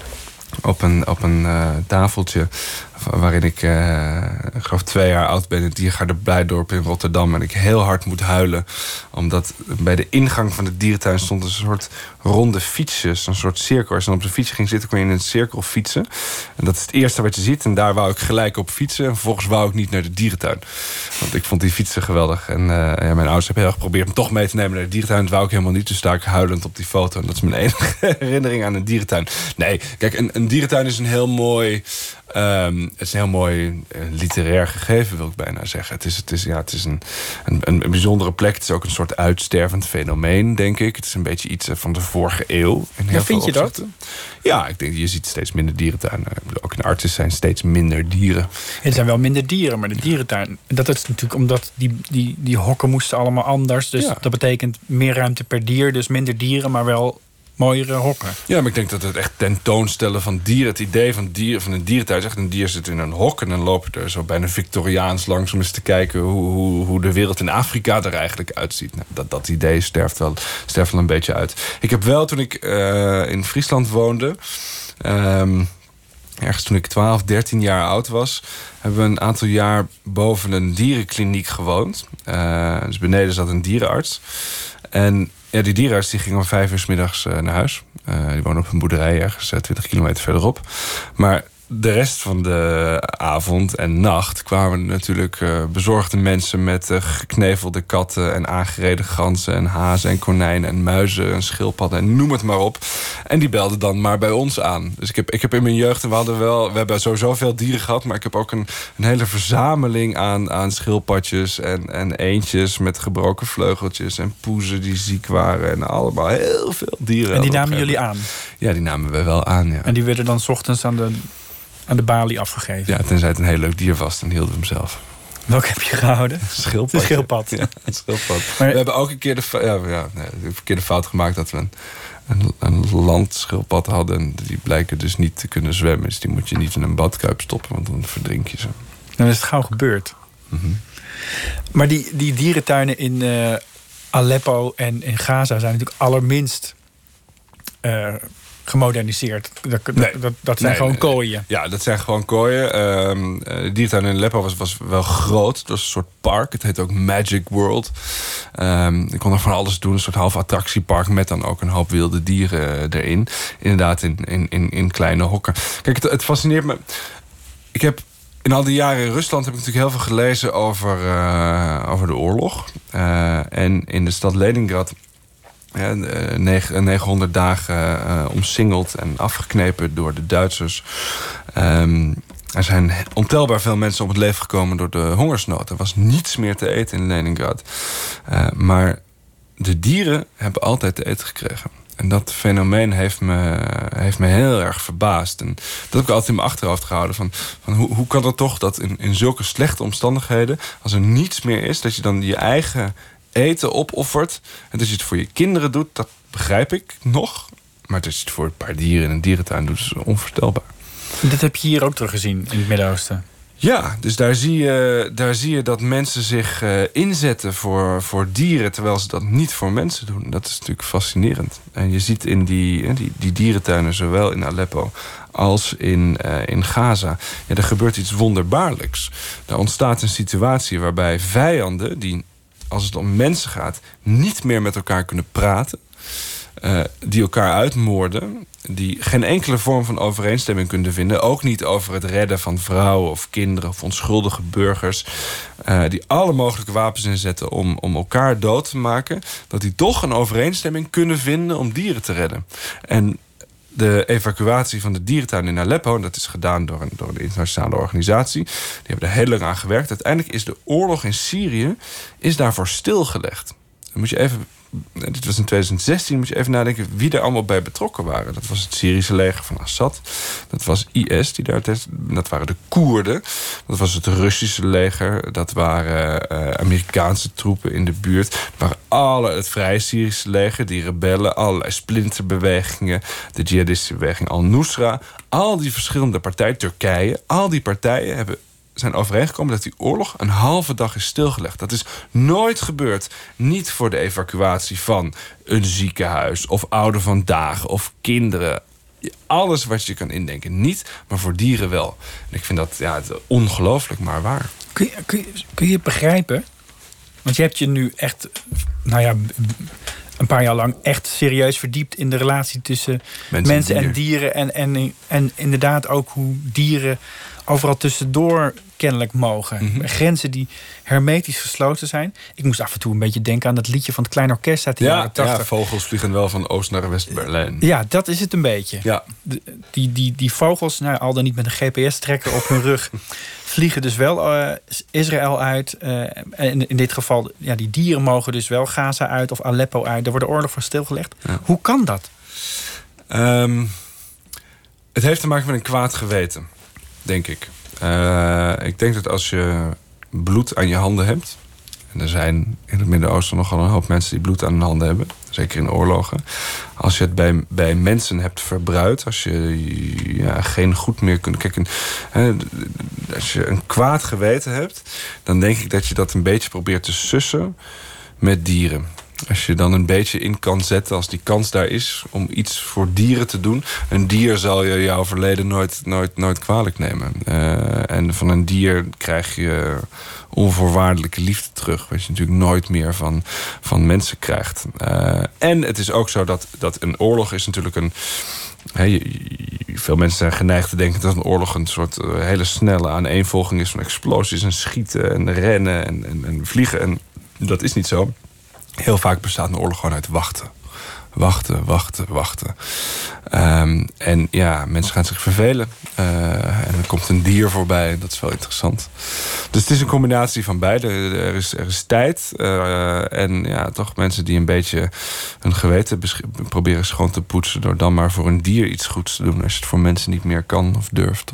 op een, op een uh, tafeltje waarin ik, uh, ik geloof twee jaar oud ben in het Diergaarde Blijdorp in Rotterdam. En ik heel hard moet huilen. Omdat bij de ingang van de dierentuin stond een soort ronde fietsjes. Een soort cirkel. Als je dan op zo'n fietsje ging zitten, kon je in een cirkel fietsen. En dat is het eerste wat je ziet. En daar wou ik gelijk op fietsen. En vervolgens wou ik niet naar de dierentuin. Want ik vond die fietsen geweldig. En uh, ja, mijn ouders hebben heel erg geprobeerd me toch mee te nemen naar de dierentuin. Dat wou ik helemaal niet. Dus sta ik huilend op die foto. En dat is mijn enige herinnering aan een dierentuin. Nee, kijk, een, een dierentuin is een heel mooi... Um, het is een heel mooi uh, literair gegeven, wil ik bijna zeggen. Het is, het is, ja, het is een, een, een bijzondere plek. Het is ook een soort uitstervend fenomeen, denk ik. Het is een beetje iets van de vorige eeuw. In heel ja, vind je opzichten. dat? Ja, ik denk, je ziet steeds minder dierentuinen. Ook in Artis zijn steeds minder dieren. Er zijn wel minder dieren, maar de dierentuin... dat is natuurlijk omdat die, die, die hokken moesten allemaal anders. Dus ja. Dat betekent meer ruimte per dier. Dus minder dieren, maar wel... mooiere hokken. Ja, maar ik denk dat het echt tentoonstellen van dieren... het idee van, dieren, van een dierentuin is echt een dier zit in een hok... en dan loop je er zo bijna Victoriaans langs... om eens te kijken hoe, hoe, hoe de wereld in Afrika er eigenlijk uitziet. Nou, dat, dat idee sterft wel, sterft wel een beetje uit. Ik heb wel, toen ik uh, in Friesland woonde... Um, ergens toen ik twaalf, dertien jaar oud was... hebben we een aantal jaar boven een dierenkliniek gewoond. Uh, dus beneden zat een dierenarts. En... ja, die dierenarts die ging om vijf uur 's middags uh, naar huis. Uh, die woonde op een boerderij ergens uh, twintig kilometer verderop. Maar de rest van de avond en nacht kwamen natuurlijk uh, bezorgde mensen... met uh, geknevelde katten en aangereden ganzen en hazen en konijnen... en muizen en schildpadden en noem het maar op. En die belden dan maar bij ons aan. Dus ik heb, ik heb in mijn jeugd, en we hadden wel... we hebben sowieso veel dieren gehad... maar ik heb ook een, een hele verzameling aan, aan schildpadjes en, en eendjes... met gebroken vleugeltjes en poezen die ziek waren... en allemaal heel veel dieren. En die namen jullie aan? Ja, die namen we wel aan, ja. En die werden dan 's ochtends aan de... aan de balie afgegeven. Ja, tenzij het een heel leuk dier was, dan hielden we hem zelf. Welke heb je gehouden? Schildpad. De schildpad. Ja, een schildpad. Maar, we hebben ook een keer de, ja, ja, nee, de verkeerde fout gemaakt dat we een, een, een landschildpad hadden. En die blijken dus niet te kunnen zwemmen. Dus die moet je niet in een badkuip stoppen, want dan verdrink je ze. Dan is het gauw gebeurd. Mm-hmm. Maar die, die dierentuinen in uh, Aleppo en in Gaza zijn natuurlijk allerminst Uh, gemoderniseerd. Dat, nee, dat, dat zijn nee, gewoon nee, kooien. Ja, dat zijn gewoon kooien. Um, de dierentuin in Aleppo was, was wel groot. Het was een soort park. Het heet ook Magic World. Um, ik kon er van alles doen. Een soort half attractiepark met dan ook een hoop wilde dieren erin. Inderdaad, in, in, in, in kleine hokken. Kijk, het, het fascineert me. Ik heb in al die jaren in Rusland heb ik natuurlijk heel veel gelezen over, uh, over de oorlog. Uh, en in de stad Leningrad, ja, negenhonderd dagen uh, omsingeld en afgeknepen door de Duitsers. Um, er zijn ontelbaar veel mensen om het leven gekomen door de hongersnood. Er was niets meer te eten in Leningrad. Uh, maar de dieren hebben altijd te eten gekregen. En dat fenomeen heeft me, heeft me heel erg verbaasd. En dat heb ik altijd in mijn achterhoofd gehouden. Van, van hoe, hoe kan het toch dat in, in zulke slechte omstandigheden, als er niets meer is, dat je dan je eigen eten opoffert. En dat je het voor je kinderen doet, dat begrijp ik nog. Maar dat je het voor een paar dieren in een dierentuin doet, is onvoorstelbaar. Dat heb je hier ook teruggezien in het Midden-Oosten. Ja, dus daar zie je, daar zie je dat mensen zich uh, inzetten voor, voor dieren, terwijl ze dat niet voor mensen doen. Dat is natuurlijk fascinerend. En je ziet in die, die, die dierentuinen, zowel in Aleppo als in, uh, in Gaza, ja, er gebeurt iets wonderbaarlijks. Er ontstaat een situatie waarbij vijanden, die, als het om mensen gaat, niet meer met elkaar kunnen praten, Uh, die elkaar uitmoorden, die geen enkele vorm van overeenstemming kunnen vinden, ook niet over het redden van vrouwen of kinderen of onschuldige burgers, uh, die alle mogelijke wapens inzetten om, om elkaar dood te maken, dat die toch een overeenstemming kunnen vinden om dieren te redden. En de evacuatie van de dierentuin in Aleppo, en dat is gedaan door een, door een internationale organisatie, die hebben er heel lang aan gewerkt. Uiteindelijk is de oorlog in Syrië is daarvoor stilgelegd. Dan moet je even, dit was in twintig zestien, moet je even nadenken wie er allemaal bij betrokken waren. Dat was het Syrische leger van Assad. Dat was I S, die daar, dat waren de Koerden. Dat was het Russische leger. Dat waren uh, Amerikaanse troepen in de buurt. Dat waren alle, het Vrije Syrische leger, die rebellen, allerlei splinterbewegingen, de jihadistische beweging Al-Nusra. Al die verschillende partijen, Turkije, al die partijen hebben zijn overeengekomen dat die oorlog een halve dag is stilgelegd. Dat is nooit gebeurd. Niet voor de evacuatie van een ziekenhuis of ouder van dagen of kinderen. Alles wat je kan indenken. Niet, maar voor dieren wel. En ik vind dat ja, ongelooflijk, maar waar. Kun je, kun, je, kun je het begrijpen? Want je hebt je nu echt, nou ja, een paar jaar lang echt serieus verdiept in de relatie tussen mensen, mensen en, dier. en dieren. En, en, en inderdaad ook hoe dieren overal tussendoor kennelijk mogen. Mm-hmm. Grenzen die hermetisch gesloten zijn. Ik moest af en toe een beetje denken aan dat liedje van het Klein Orkest uit de ja, jaren tachtig. Ja, vogels vliegen wel van Oost naar West-Berlijn. Ja, dat is het een beetje. Ja. De, die, die, die vogels, nou, al dan niet met een G P S-trekker op hun rug, vliegen dus wel uh, Israël uit. Uh, en in dit geval, ja, die dieren mogen dus wel Gaza uit of Aleppo uit. Er wordt de oorlog voor stilgelegd. Ja. Hoe kan dat? Um, het heeft te maken met een kwaad geweten, denk ik. Uh, ik denk dat als je bloed aan je handen hebt, en er zijn in het Midden-Oosten nogal een hoop mensen die bloed aan hun handen hebben, zeker in oorlogen. Als je het bij, bij mensen hebt verbruikt, als je ja, geen goed meer kunt kijken, hè, als je een kwaad geweten hebt, dan denk ik dat je dat een beetje probeert te sussen met dieren. Als je dan een beetje in kan zetten, als die kans daar is om iets voor dieren te doen. Een dier zal je jouw verleden nooit, nooit, nooit kwalijk nemen. Uh, en van een dier krijg je onvoorwaardelijke liefde terug. Wat je natuurlijk nooit meer van, van mensen krijgt. Uh, en het is ook zo dat, dat een oorlog is natuurlijk een... He, veel mensen zijn geneigd te denken dat een oorlog een soort uh, hele snelle aaneenvolging is van explosies en schieten en rennen en, en, en vliegen. En dat is niet zo. Heel vaak bestaat een oorlog gewoon uit wachten. Wachten, wachten, wachten. Um, en ja, mensen gaan zich vervelen. Uh, en er komt een dier voorbij. Dat is wel interessant. Dus het is een combinatie van beide. Er is, er is tijd. Uh, en ja, toch mensen die een beetje hun geweten besch- proberen schoon te poetsen door dan maar voor een dier iets goeds te doen. Als je het voor mensen niet meer kan of durft. Of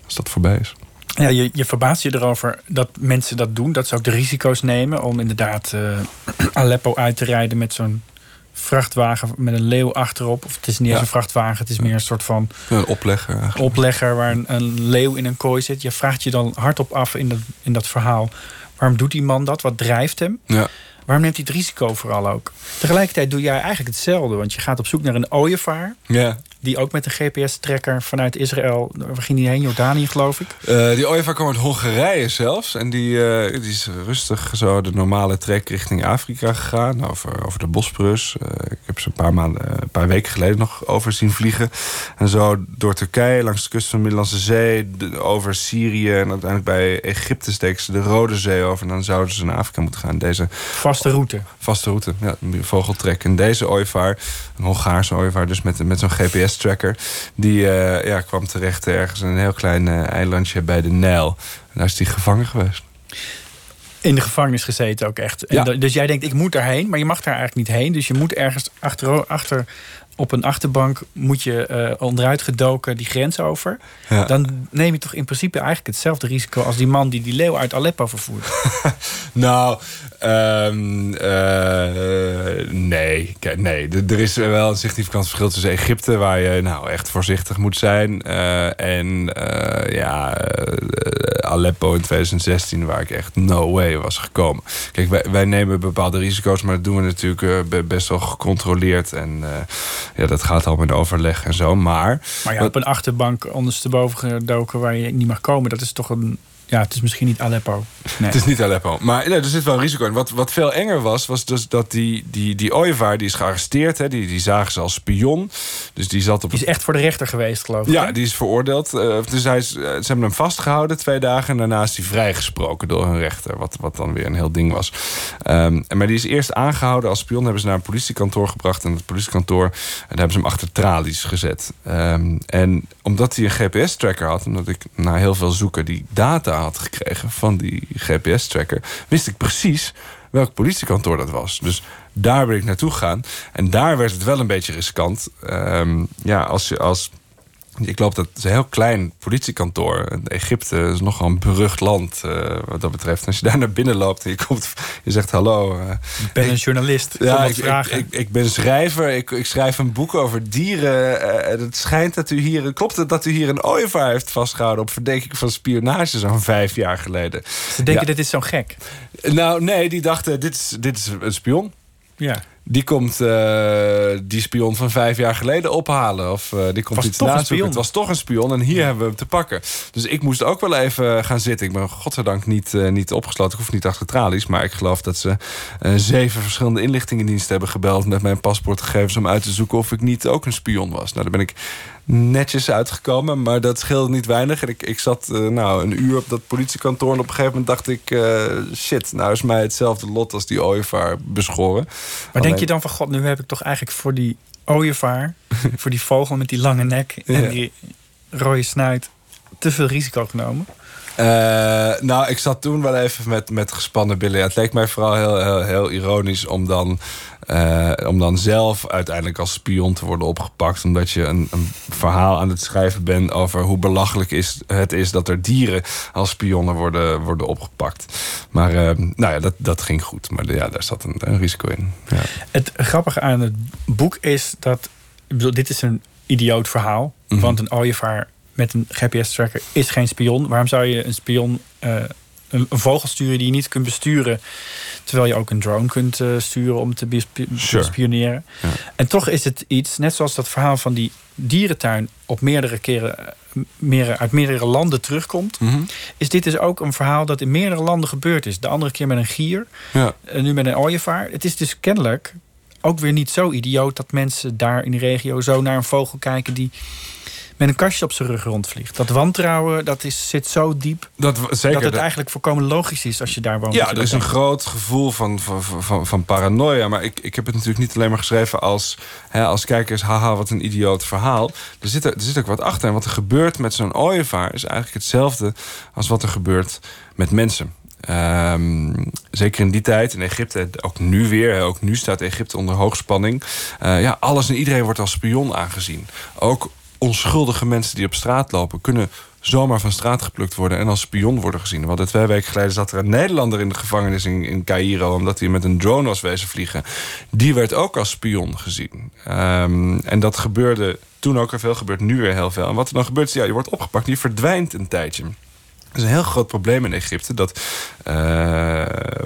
als dat voorbij is. Ja, je, je verbaast je erover dat mensen dat doen. Dat ze ook de risico's nemen om inderdaad uh, Aleppo uit te rijden met zo'n vrachtwagen met een leeuw achterop. Of het is niet eens Ja. een vrachtwagen, het is meer een soort van Een oplegger eigenlijk. oplegger waar een, een leeuw in een kooi zit. Je vraagt je dan hardop af in dat, in dat verhaal. Waarom doet die man dat? Wat drijft hem? Ja. Waarom neemt hij het risico vooral ook? Tegelijkertijd doe jij eigenlijk hetzelfde. Want je gaat op zoek naar een ooievaar. Ja. Die ook met een G P S-trekker vanuit Israël... Waar ging die heen? Jordanië, geloof ik? Uh, die ooievaar kwam uit Hongarije zelfs. En die, uh, die is rustig zo de normale trek richting Afrika gegaan. Over, over de Bosporus. Uh, ik heb ze een paar, maanden, een paar weken geleden nog over zien vliegen. En zo door Turkije, langs de kust van de Middellandse Zee... De, over Syrië en uiteindelijk bij Egypte steken ze de Rode Zee over. En dan zouden ze naar Afrika moeten gaan. Deze vaste route. Vaste route, ja, vogeltrek. En deze ooievaar, een Hongaarse ooievaar... dus met, met zo'n G P S-tracker... die uh, ja, kwam terecht ergens in een heel klein uh, eilandje bij de Nijl. En daar is die gevangen geweest. In de gevangenis gezeten ook echt. Ja. En dus jij denkt, ik moet daarheen, maar je mag daar eigenlijk niet heen. Dus je moet ergens achter, achter op een achterbank... moet je uh, onderuit gedoken die grens over. Ja. Dan neem je toch in principe eigenlijk hetzelfde risico... als die man die die leeuw uit Aleppo vervoert. Nou, um, uh, nee. Kijk, nee. Er is wel een significant verschil tussen Egypte... waar je nou echt voorzichtig moet zijn... Uh, en uh, ja, uh, Aleppo in twintig zestien... waar ik echt no way was gekomen. Kijk, wij, wij nemen bepaalde risico's... maar dat doen we natuurlijk uh, best wel gecontroleerd... en uh, ja, dat gaat al met overleg en zo. Maar, maar ja, op een achterbank ondersteboven gedoken... waar je niet mag komen, dat is toch een... Ja, het is misschien niet Aleppo. Nee. Het is niet Aleppo. Maar nee, er zit wel een risico in. Wat, wat veel enger was, was dus dat die, die, die ooievaar... die is gearresteerd, hè, die, die zagen ze als spion. Dus die zat op... Die is echt voor de rechter geweest, geloof ik. Ja, hè? die is veroordeeld. Uh, dus hij is, uh, ze hebben hem vastgehouden twee dagen... en daarna is hij vrijgesproken door een rechter. Wat, wat dan weer een heel ding was. Um, maar die is eerst aangehouden als spion. Hebben ze naar een politiekantoor gebracht. En het politiekantoor, en daar hebben ze hem achter tralies gezet. Um, en omdat hij een G P S-tracker had... omdat ik na heel veel zoeken die data had gekregen van die G P S-tracker... wist ik precies welk politiekantoor dat was. Dus daar ben ik naartoe gegaan. En daar werd het wel een beetje riskant. Um, ja, als je als... Ik geloof dat het is een heel klein politiekantoor. Egypte is nogal een berucht land uh, wat dat betreft. En als je daar naar binnen loopt en je komt, je zegt hallo. Uh, ik ben een journalist. Ja, ik, ik, ik, ik ben schrijver. Ik, ik schrijf een boek over dieren. Uh, het schijnt dat u hier, klopt het dat u hier een ooievaar heeft vastgehouden op verdenking van spionage zo'n vijf jaar geleden. Ze denken, ja. dit is zo gek. Nou, nee, die dachten, dit is, dit is een spion. Ja. Die komt uh, die spion van vijf jaar geleden ophalen. Of uh, die komt was iets naast. Het was toch een spion en hier ja. hebben we hem te pakken. Dus ik moest ook wel even gaan zitten. Ik ben godzijdank niet, uh, niet opgesloten. Ik hoef niet achter tralies. Maar ik geloof dat ze uh, zeven verschillende inlichtingendiensten hebben gebeld... met mijn paspoortgegevens om uit te zoeken of ik niet ook een spion was. Nou, daar ben ik netjes uitgekomen, maar dat scheelde niet weinig. En ik, ik zat uh, nou, een uur op dat politiekantoor... en op een gegeven moment dacht ik... Uh, shit, nou is mij hetzelfde lot als die ooievaar beschoren. Maar Alleen... denk je dan van... God, nu heb ik toch eigenlijk voor die ooievaar... voor die vogel met die lange nek en ja. die rode snuit... te veel risico genomen? Uh, nou, ik zat toen wel even met, met gespannen billen. Ja, het leek mij vooral heel, heel, heel ironisch om dan... Uh, om dan zelf uiteindelijk als spion te worden opgepakt. Omdat je een, een verhaal aan het schrijven bent... over hoe belachelijk is, het is dat er dieren als spionnen worden, worden opgepakt. Maar uh, nou ja, dat, dat ging goed. Maar ja, daar zat een, een risico in. Ja. Het grappige aan het boek is dat... Ik bedoel, dit is een idioot verhaal. Mm-hmm. Want een ooievaar met een G P S-tracker is geen spion. Waarom zou je een spion... Uh, een vogel sturen die je niet kunt besturen... terwijl je ook een drone kunt uh, sturen om te besp- sure. spioneren. Ja. En toch is het iets, net zoals dat verhaal van die dierentuin... op meerdere keren meer, uit meerdere landen terugkomt... Mm-hmm. is dit dus ook een verhaal dat in meerdere landen gebeurd is. De andere keer met een gier, ja. en nu met een ooievaar. Het is dus kennelijk ook weer niet zo idioot... dat mensen daar in die regio zo naar een vogel kijken... die met een kastje op zijn rug rondvliegt. Dat wantrouwen, dat is, zit zo diep... Dat, zeker, dat het dat... eigenlijk volkomen logisch is als je daar woont. Ja, er is een groot gevoel van, van, van, van paranoia. Maar ik, ik heb het natuurlijk niet alleen maar geschreven als, hè, als kijkers... haha, wat een idioot verhaal. Er zit, er, er zit ook wat achter. En wat er gebeurt met zo'n ooievaar... is eigenlijk hetzelfde als wat er gebeurt met mensen. Um, zeker in die tijd, in Egypte, ook nu weer... ook nu staat Egypte onder hoogspanning. Uh, ja, alles en iedereen wordt als spion aangezien. Ook onschuldige mensen die op straat lopen... kunnen zomaar van straat geplukt worden en als spion worden gezien. We hadden twee weken geleden zat er een Nederlander in de gevangenis in, in Caïro, omdat hij met een drone was wezen vliegen. Die werd ook als spion gezien. Um, en dat gebeurde toen ook al veel, gebeurt nu weer heel veel. En wat er dan gebeurt is, ja, je wordt opgepakt, je verdwijnt een tijdje. Het is een heel groot probleem in Egypte. Dat uh,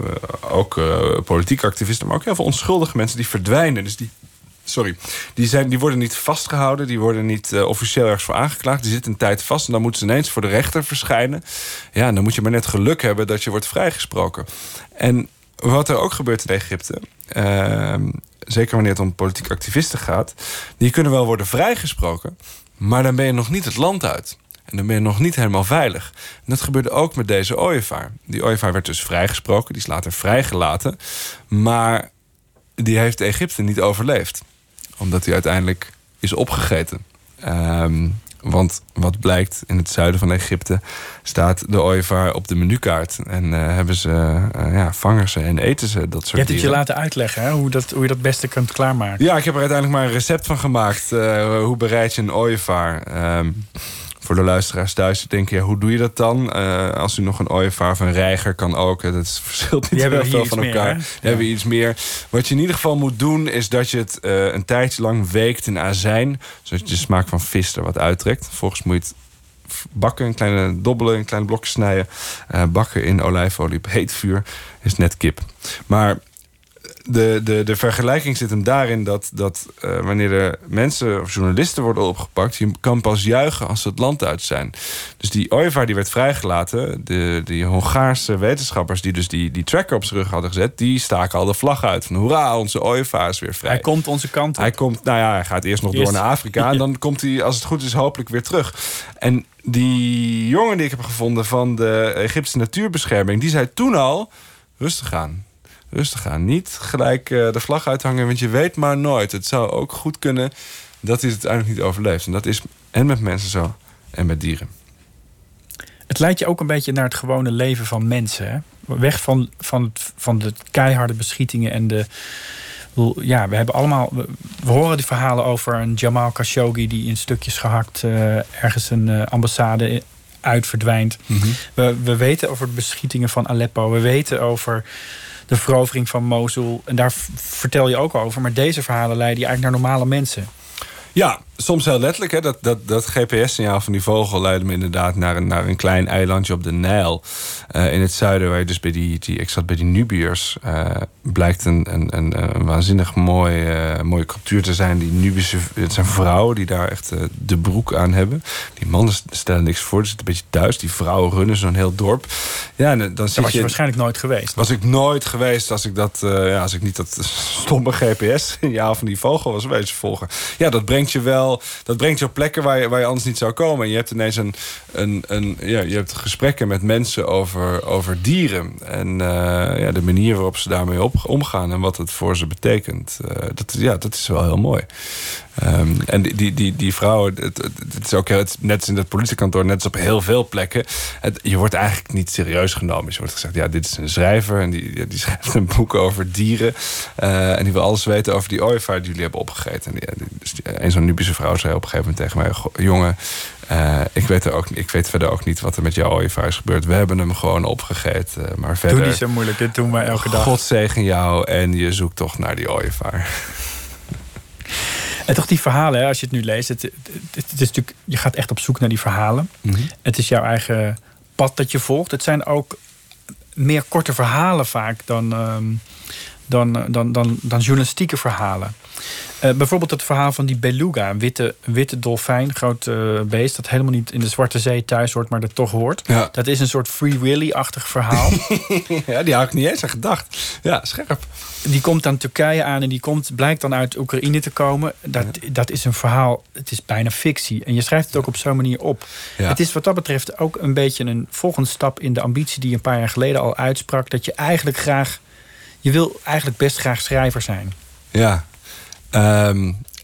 ook uh, politieke activisten, maar ook heel veel onschuldige mensen die verdwijnen. Dus die, sorry, die, zijn, die worden niet vastgehouden. Die worden niet uh, officieel ergens voor aangeklaagd. Die zitten een tijd vast en dan moeten ze ineens voor de rechter verschijnen. Ja, en dan moet je maar net geluk hebben dat je wordt vrijgesproken. En wat er ook gebeurt in Egypte, Uh, zeker wanneer het om politieke activisten gaat, die kunnen wel worden vrijgesproken, maar dan ben je nog niet het land uit. En dan ben je nog niet helemaal veilig. En dat gebeurde ook met deze ooievaar. Die ooievaar werd dus vrijgesproken, die is later vrijgelaten. Maar die heeft Egypte niet overleefd. Omdat hij uiteindelijk is opgegeten. Um, want wat blijkt, in het zuiden van Egypte staat de ooievaar op de menukaart. En uh, hebben ze, uh, ja, vangen ze en eten ze dat soort je hebt het dieren. je laten uitleggen, hè? Hoe, dat, hoe je dat beste kunt klaarmaken. Ja, ik heb er uiteindelijk maar een recept van gemaakt. Uh, hoe bereid je een ooievaar? Um, Voor de luisteraars thuis denken, ja, hoe doe je dat dan? Uh, als u nog een ooievaar of een reiger kan ook. Dat verschilt niet heel veel van elkaar. Die ja. hebben we iets meer. Wat je in ieder geval moet doen, is dat je het uh, een tijdje lang weekt in azijn. Zodat je de smaak van vis er wat uittrekt. Vervolgens moet je het bakken, een kleine dobbelen, een kleine blokje snijden. Uh, bakken in olijfolie op heet vuur. Is net kip. Maar De, de, de vergelijking zit hem daarin dat, dat uh, wanneer er mensen of journalisten worden opgepakt, je kan pas juichen als ze het land uit zijn. Dus die ooievaar die werd vrijgelaten, de, die Hongaarse wetenschappers die dus die, die tracker op zijn rug hadden gezet, die staken al de vlag uit van hoera, onze ooievaar is weer vrij. Hij komt onze kant op. Hij komt, nou ja, hij gaat eerst nog eerst. door naar Afrika en dan komt hij, als het goed is, hopelijk weer terug. En die jongen die ik heb gevonden van de Egyptische Natuurbescherming, die zei toen al, rustig aan. Rustig aan. Niet gelijk uh, de vlag uithangen, want je weet maar nooit. Het zou ook goed kunnen dat hij het uiteindelijk niet overleeft. En dat is en met mensen zo en met dieren. Het leidt je ook een beetje naar het gewone leven van mensen. Hè? Weg van, van, het, van de keiharde beschietingen en de... Ja, we hebben allemaal... We, we horen die verhalen over een Jamal Khashoggi die in stukjes gehakt uh, ergens een uh, ambassade uit verdwijnt. Mm-hmm. We, we weten over de beschietingen van Aleppo. We weten over de verovering van Mosul. En daar vertel je ook over. Maar deze verhalen leiden je eigenlijk naar normale mensen. Ja, soms heel letterlijk. Hè. Dat, dat, dat G P S-signaal van die vogel leidde me inderdaad naar een, naar een klein eilandje op de Nijl. Uh, in het zuiden, waar je dus bij die, die ik zat bij die Nubiërs. Uh, blijkt een, een, een, een waanzinnig mooi, uh, mooie cultuur te zijn. Die Nubische, het zijn vrouwen die daar echt uh, de broek aan hebben. Die mannen stellen niks voor, dus het is een beetje thuis. Die vrouwen runnen zo'n heel dorp. Ja, en dan Daar zit was je je waarschijnlijk nooit geweest. Was ik nooit geweest als ik, dat, uh, ja, als ik niet dat stomme G P S-signaal van die vogel was wezen volgen. Ja, dat brengt je wel, dat brengt je op plekken waar je, waar je anders niet zou komen. En je hebt ineens een, een, een ja, je hebt gesprekken met mensen over, over dieren. En uh, ja, de manier waarop ze daarmee op, omgaan en wat het voor ze betekent. Uh, dat, ja, dat is wel heel mooi. Um, en die, die, die, die vrouwen, het, het is ook heel, het, net als in het politiekantoor, net als op heel veel plekken. Het, je wordt eigenlijk niet serieus genomen. Dus je wordt gezegd, ja, dit is een schrijver en die, die schrijft een boek over dieren. Uh, en die wil alles weten over die ooievaar die jullie hebben opgegeten. En die, die, dus die, een zo'n Nubische vrouw zei op een gegeven moment tegen mij, jongen, uh, ik, weet er ook, ik weet verder ook niet wat er met jouw ooievaar is gebeurd. We hebben hem gewoon opgegeten. Uh, maar verder, doe niet zo moeilijk, dit doen wij elke dag. God zegen jou en je zoekt toch naar die ooievaar. En toch die verhalen, hè, als je het nu leest. Het, het, het is natuurlijk, je gaat echt op zoek naar die verhalen. Mm-hmm. Het is jouw eigen pad dat je volgt. Het zijn ook meer korte verhalen vaak dan, um, dan, dan, dan, dan journalistieke verhalen. Uh, bijvoorbeeld het verhaal van die beluga, een witte, witte dolfijn, groot uh, beest dat helemaal niet in de Zwarte Zee thuis hoort, maar dat toch hoort. Ja. Dat is een soort Free Willy-achtig verhaal. Ja, die had ik niet eens aan gedacht. Ja, scherp. Die komt dan Turkije aan en die komt, blijkt dan uit Oekraïne te komen. Dat, ja. dat is een verhaal, het is bijna fictie. En je schrijft het ook op zo'n manier op. Ja. Het is wat dat betreft ook een beetje een volgende stap in de ambitie die je een paar jaar geleden al uitsprak. Dat je eigenlijk graag, je wil eigenlijk best graag schrijver zijn. Ja. Um,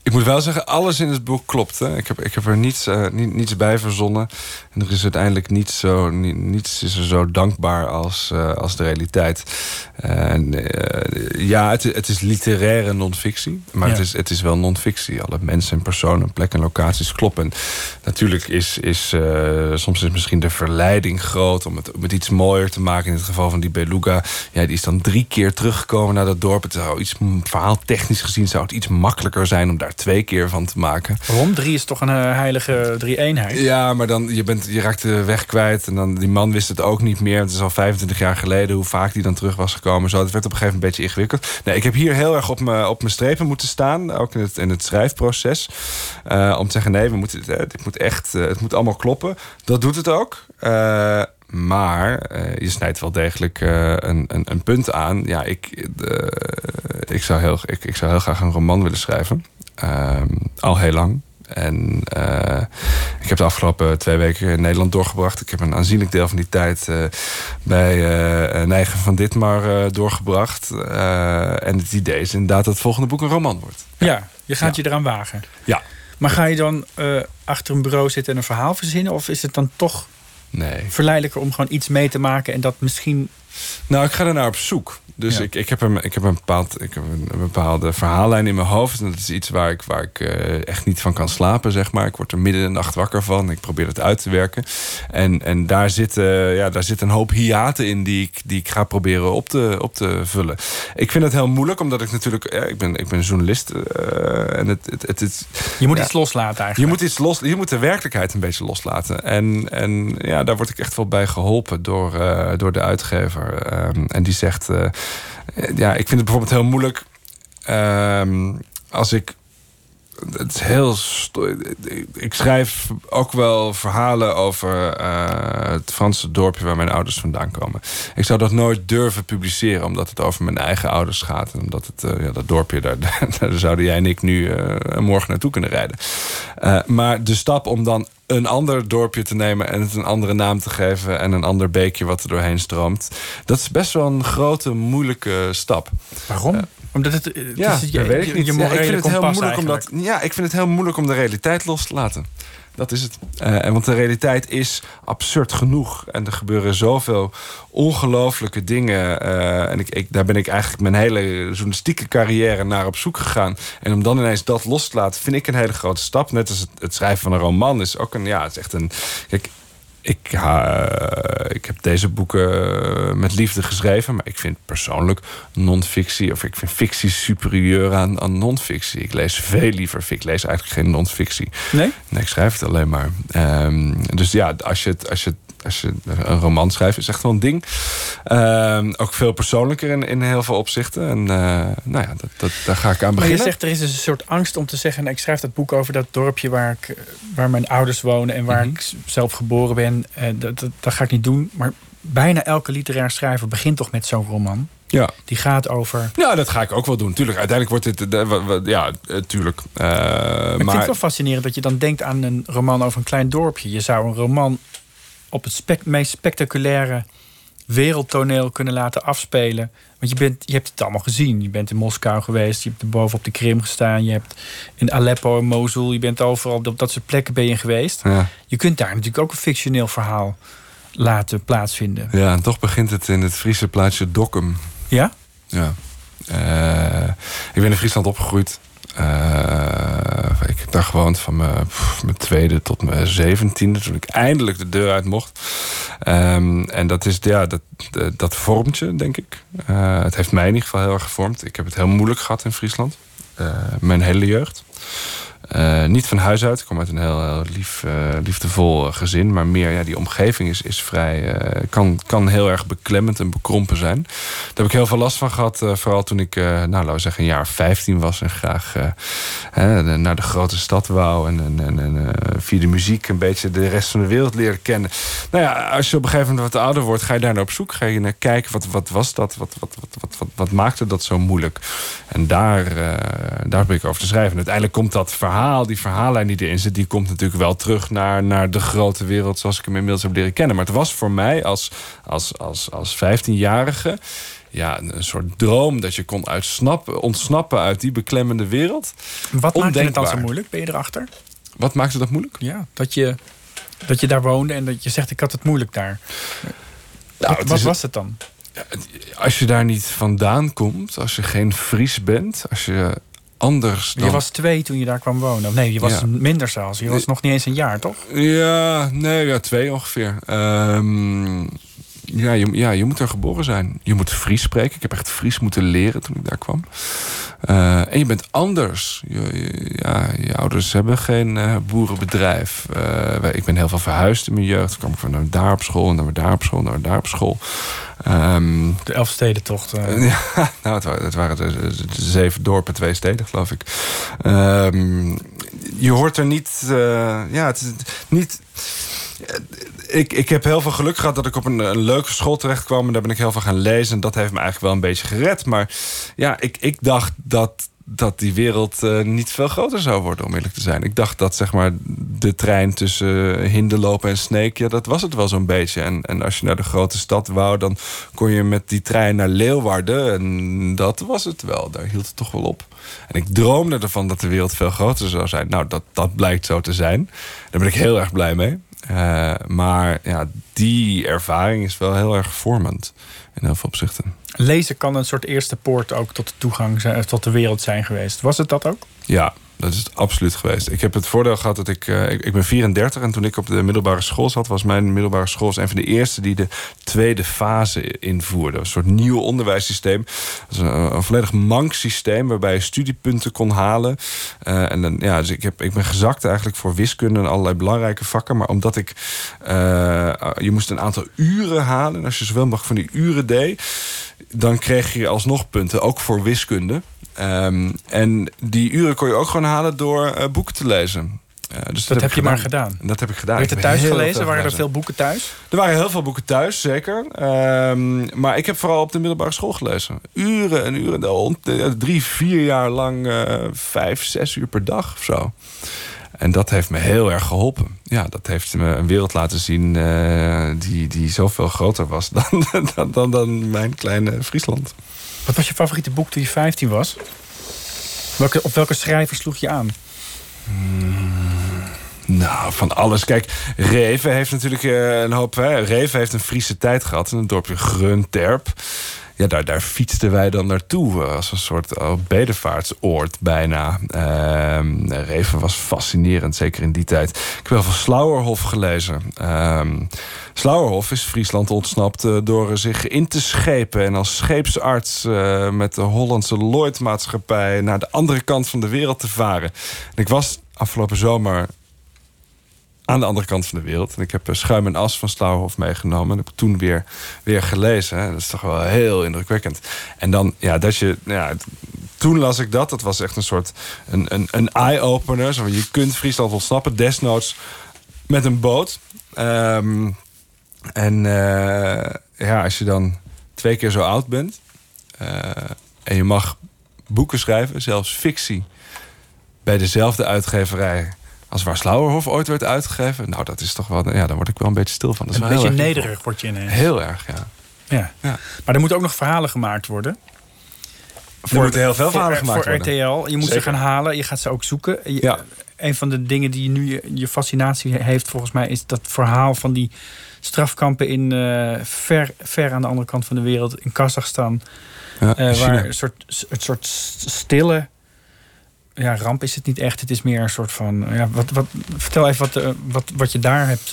Ik moet wel zeggen, alles in het boek klopt. Hè? Ik, heb, ik heb er niets, uh, niet, niets bij verzonnen. En er is uiteindelijk niets, zo, ni, niets is er zo dankbaar als, uh, als de realiteit. Uh, en, uh, ja, het, het is literaire non-fictie. Maar ja. het, is, het is wel non-fictie. Alle mensen en personen, plekken en locaties kloppen. Natuurlijk is, is uh, soms is misschien de verleiding groot om het, om het iets mooier te maken. In het geval van die beluga. Ja, die is dan drie keer teruggekomen naar dat dorp. Het zou iets, verhaaltechnisch gezien zou het iets makkelijker zijn om daar twee keer van te maken. Waarom? Drie is toch een uh, heilige drie-eenheid? Ja, maar dan, je, bent, je raakt de weg kwijt. En dan, die man wist het ook niet meer. Het is al vijfentwintig jaar geleden hoe vaak die dan terug was gekomen. Zo, het werd op een gegeven moment een beetje ingewikkeld. Nee, ik heb hier heel erg op mijn op mijn strepen moeten staan. Ook in het, in het schrijfproces. Uh, om te zeggen, nee, we moeten, uh, dit moet echt, uh, het moet allemaal kloppen. Dat doet het ook. Uh, Maar uh, je snijdt wel degelijk uh, een, een, een punt aan. Ja, ik, uh, ik, zou heel, ik, ik zou heel graag een roman willen schrijven. Uh, al heel lang. En uh, ik heb de afgelopen twee weken in Nederland doorgebracht. Ik heb een aanzienlijk deel van die tijd uh, bij uh, Nijgen van Ditmar uh, doorgebracht. Uh, en het idee is inderdaad dat het volgende boek een roman wordt. Ja, je gaat ja. je eraan wagen. Ja. Maar ga je dan uh, achter een bureau zitten en een verhaal verzinnen? Of is het dan toch nee. verleidelijker om gewoon iets mee te maken en dat misschien... Nou, ik ga er naar op zoek. Dus ja. ik, ik, heb een, ik heb een bepaald, ik heb een, een bepaalde verhaallijn in mijn hoofd. En dat is iets waar ik, waar ik uh, echt niet van kan slapen, zeg maar. Ik word er midden in de nacht wakker van. Ik probeer het uit te werken. En, en daar, zit, uh, ja, daar zit een hoop hiaten in die ik, die ik ga proberen op te, op te vullen. Ik vind het heel moeilijk, omdat ik natuurlijk... Ja, ik, ben, ik ben journalist. Uh, en het, het, het, het, je moet ja, iets loslaten eigenlijk. Je moet, iets los, je moet de werkelijkheid een beetje loslaten. En, en ja, daar word ik echt wel bij geholpen door, uh, door de uitgever. Um, en die zegt... Uh, ja, ik vind het bijvoorbeeld heel moeilijk... Um, als ik... Het is heel... Ik schrijf ook wel verhalen over uh, het Franse dorpje waar mijn ouders vandaan komen. Ik zou dat nooit durven publiceren, omdat het over mijn eigen ouders gaat. En omdat het, uh, ja, dat dorpje, daar, daar zouden jij en ik nu uh, morgen naartoe kunnen rijden. Uh, maar de stap om dan een ander dorpje te nemen en het een andere naam te geven en een ander beekje wat er doorheen stroomt, dat is best wel een grote, moeilijke stap. Waarom? Uh, Omdat het, het ja, is je, dat weet ik niet. je Ja, ik vind het heel moeilijk eigenlijk. om dat. Ja, ik vind het heel moeilijk om de realiteit los te laten. Dat is het. Uh, en want de realiteit is absurd genoeg. En er gebeuren zoveel ongelooflijke dingen. Uh, en ik, ik, daar ben ik eigenlijk mijn hele journalistieke carrière naar op zoek gegaan. En om dan ineens dat los te laten, vind ik een hele grote stap. Net als het, het schrijven van een roman is ook een... Ja, het is echt een... Kijk, Ik, uh, ik heb deze boeken met liefde geschreven, maar ik vind persoonlijk non-fictie, of ik vind fictie superieur aan, aan non-fictie. Ik lees veel liever. Ik lees eigenlijk geen non-fictie. Nee? Nee, ik schrijf het alleen maar. Um, dus ja, als je het, als je Als je een roman schrijft, is echt wel een ding. Uh, ook veel persoonlijker in, in heel veel opzichten. En uh, nou ja, dat, dat, daar ga ik aan beginnen. Maar je zegt, er is dus een soort angst om te zeggen... Nou, ik schrijf dat boek over dat dorpje waar, ik, waar mijn ouders wonen... en waar mm-hmm. ik zelf geboren ben. Uh, dat, dat, dat ga ik niet doen. Maar bijna elke literair schrijver begint toch met zo'n roman. Ja. Die gaat over... Ja, dat ga ik ook wel doen. Tuurlijk, uiteindelijk wordt dit... Uh, ja, uh, tuurlijk. Uh, maar ik maar... vind het wel fascinerend dat je dan denkt aan een roman over een klein dorpje. Je zou een roman op het spe- meest spectaculaire wereldtoneel kunnen laten afspelen. Want je, bent, je hebt het allemaal gezien. Je bent in Moskou geweest, je hebt er boven op de Krim gestaan... je hebt in Aleppo en Mosul, je bent overal op dat soort plekken ben je geweest. Ja. Je kunt daar natuurlijk ook een fictioneel verhaal laten plaatsvinden. Ja, en toch begint het in het Friese plaatsje Dokkum. Ja? Ja. Uh, ik ben in Friesland opgegroeid. Uh, ik heb daar gewoond van mijn, pff, mijn tweede tot mijn zeventiende, toen ik eindelijk de deur uit mocht. Um, en dat is, ja, dat, dat vormt je, denk ik. Uh, het heeft mij in ieder geval heel erg gevormd. Ik heb het heel moeilijk gehad in Friesland. Uh, mijn hele jeugd. Uh, niet van huis uit. Ik kom uit een heel, heel lief, uh, liefdevol gezin. Maar meer, ja, die omgeving is, is vrij... Uh, kan, kan heel erg beklemmend en bekrompen zijn. Daar heb ik heel veel last van gehad. Uh, vooral toen ik, uh, nou, laten we zeggen, een jaar vijftien was. En graag uh, uh, naar de grote stad wou. En, en, en uh, via de muziek een beetje de rest van de wereld leren kennen. Nou ja, als je op een gegeven moment wat ouder wordt... ga je daar naar op zoek. Ga je naar kijken, wat, wat was dat? Wat, wat, wat, wat, wat, wat maakte dat zo moeilijk? En daar, uh, daar ben ik over te schrijven. En uiteindelijk komt dat verhaal... die verhaallijn die erin zit, die komt natuurlijk wel terug naar, naar de grote wereld zoals ik hem inmiddels heb leren kennen. Maar het was voor mij als, als, als, als vijftienjarige ja, een soort droom dat je kon uitsnappen, ontsnappen uit die beklemmende wereld. Wat maakte het dan zo Ondenkbaar. moeilijk? Ben je erachter? Wat maakte dat moeilijk? Ja, dat je, dat je daar woonde en dat je zegt, ik had het moeilijk daar. Nou, wat het wat is- was het dan? Als je daar niet vandaan komt, als je geen Fries bent, als je anders dan... Je was twee toen je daar kwam wonen. Nee, je was Ja. minder zelfs. Je was nog niet eens een jaar, toch? Ja, nee, ja, twee ongeveer. Ehm, ja, je, ja, je moet er geboren zijn. Je moet Fries spreken. Ik heb echt Fries moeten leren toen ik daar kwam. Uh, en je bent anders. Je, je- ja, je ouders hebben geen uh, boerenbedrijf. Uh, wij- ik ben heel veel verhuisd in mijn jeugd. Toen kwam ik van nou, daar op school, en dan weer daar op school, en dan weer daar op school. Um, De Elfstedentocht. Uh. Ja, nou, het waren, het waren de, de, de zeven dorpen, twee steden, geloof ik. Um, je hoort er niet... Uh, ja, het is niet... Ik, ik heb heel veel geluk gehad dat ik op een, een leuke school terecht kwam. En daar ben ik heel veel gaan lezen. En dat heeft me eigenlijk wel een beetje gered. Maar ja, ik, ik dacht dat, dat die wereld uh, niet veel groter zou worden, om eerlijk te zijn. Ik dacht dat zeg maar de trein tussen Hinderlopen en Sneek, ja, dat was het wel zo'n beetje. En, en als je naar de grote stad wou, dan kon je met die trein naar Leeuwarden. En dat was het wel. Daar hield het toch wel op. En ik droomde ervan dat de wereld veel groter zou zijn. Nou, dat, dat blijkt zo te zijn. Daar ben ik heel erg blij mee. Uh, maar ja, die ervaring is wel heel erg vormend in heel veel opzichten. Lezen kan een soort eerste poort ook tot de toegang zijn, tot de wereld zijn geweest. Was het dat ook? Ja, dat is het absoluut geweest. Ik heb het voordeel gehad dat ik... Uh, ik, ik ben vierendertig en toen ik op de middelbare school zat, was mijn middelbare school een van de eerste die de tweede fase invoerde. Een soort nieuw onderwijssysteem. Dat is een, een volledig mank systeem waarbij je studiepunten kon halen. Uh, en dan, ja, dus ik, heb, ik ben gezakt eigenlijk voor wiskunde en allerlei belangrijke vakken. Maar omdat ik... Uh, je moest een aantal uren halen. En als je zoveel mogelijk van die uren deed, dan kreeg je alsnog punten, ook voor wiskunde. Um, en die uren kon je ook gewoon halen door uh, boeken te lezen. Uh, dus dat, dat heb je gedaan. maar gedaan? En dat heb ik gedaan. Heb je het thuis gelezen? Waren er veel boeken thuis? Er waren heel veel boeken thuis, zeker. Um, maar ik heb vooral op de middelbare school gelezen. Uren en uren. Drie, vier jaar lang. Uh, vijf, zes uur per dag of zo. En dat heeft me heel erg geholpen. Ja, dat heeft me een wereld laten zien uh, die, die zoveel groter was dan, dan, dan, dan mijn kleine Friesland. Wat was je favoriete boek toen je vijftien was? Welke, op welke schrijver sloeg je aan? Hmm, nou, van alles. Kijk, Reven heeft natuurlijk uh, een hoop... Hè. Reven heeft een Friese tijd gehad in het dorpje Grunterp. Ja, daar, daar fietsten wij dan naartoe als een soort oh, bedevaartsoord bijna. Uh, Reven was fascinerend, zeker in die tijd. Ik heb wel van Slauerhof gelezen. Uh, Slauerhof is Friesland ontsnapt uh, door zich in te schepen en als scheepsarts uh, met de Hollandse Lloyd-maatschappij naar de andere kant van de wereld te varen. En ik was afgelopen zomer aan de andere kant van de wereld. En ik heb Schuim en As van Slauerhof meegenomen. En heb ik toen weer, weer gelezen. Dat is toch wel heel indrukwekkend. En dan, ja, dat je... Ja, toen las ik dat. Dat was echt een soort... Een, een, een eye-opener. Zo van, je kunt Friesland ontsnappen. Desnoods met een boot. Um, en uh, ja, als je dan twee keer zo oud bent... Uh, en je mag boeken schrijven, zelfs fictie... bij dezelfde uitgeverij... als waar Slauerhof ooit werd uitgegeven. Nou, dat is toch wel... Ja, daar word ik wel een beetje stil van. Dat is een wel beetje heel nederig word je ineens. Heel erg, ja. ja. ja. Maar er moeten ook nog verhalen gemaakt worden. Er voor, moeten heel veel verhalen voor, gemaakt voor worden. R T L. Je moet Zeker. ze gaan halen. Je gaat ze ook zoeken. Je, ja. Een van de dingen die nu je, je fascinatie heeft, volgens mij, is dat verhaal van die strafkampen in uh, ver, ver aan de andere kant van de wereld, in Kazachstan. Ja, uh, waar een soort, een soort stille... Ja, ramp is het niet echt. Het is meer een soort van... Ja, wat, wat, vertel even wat, uh, wat, wat je daar hebt.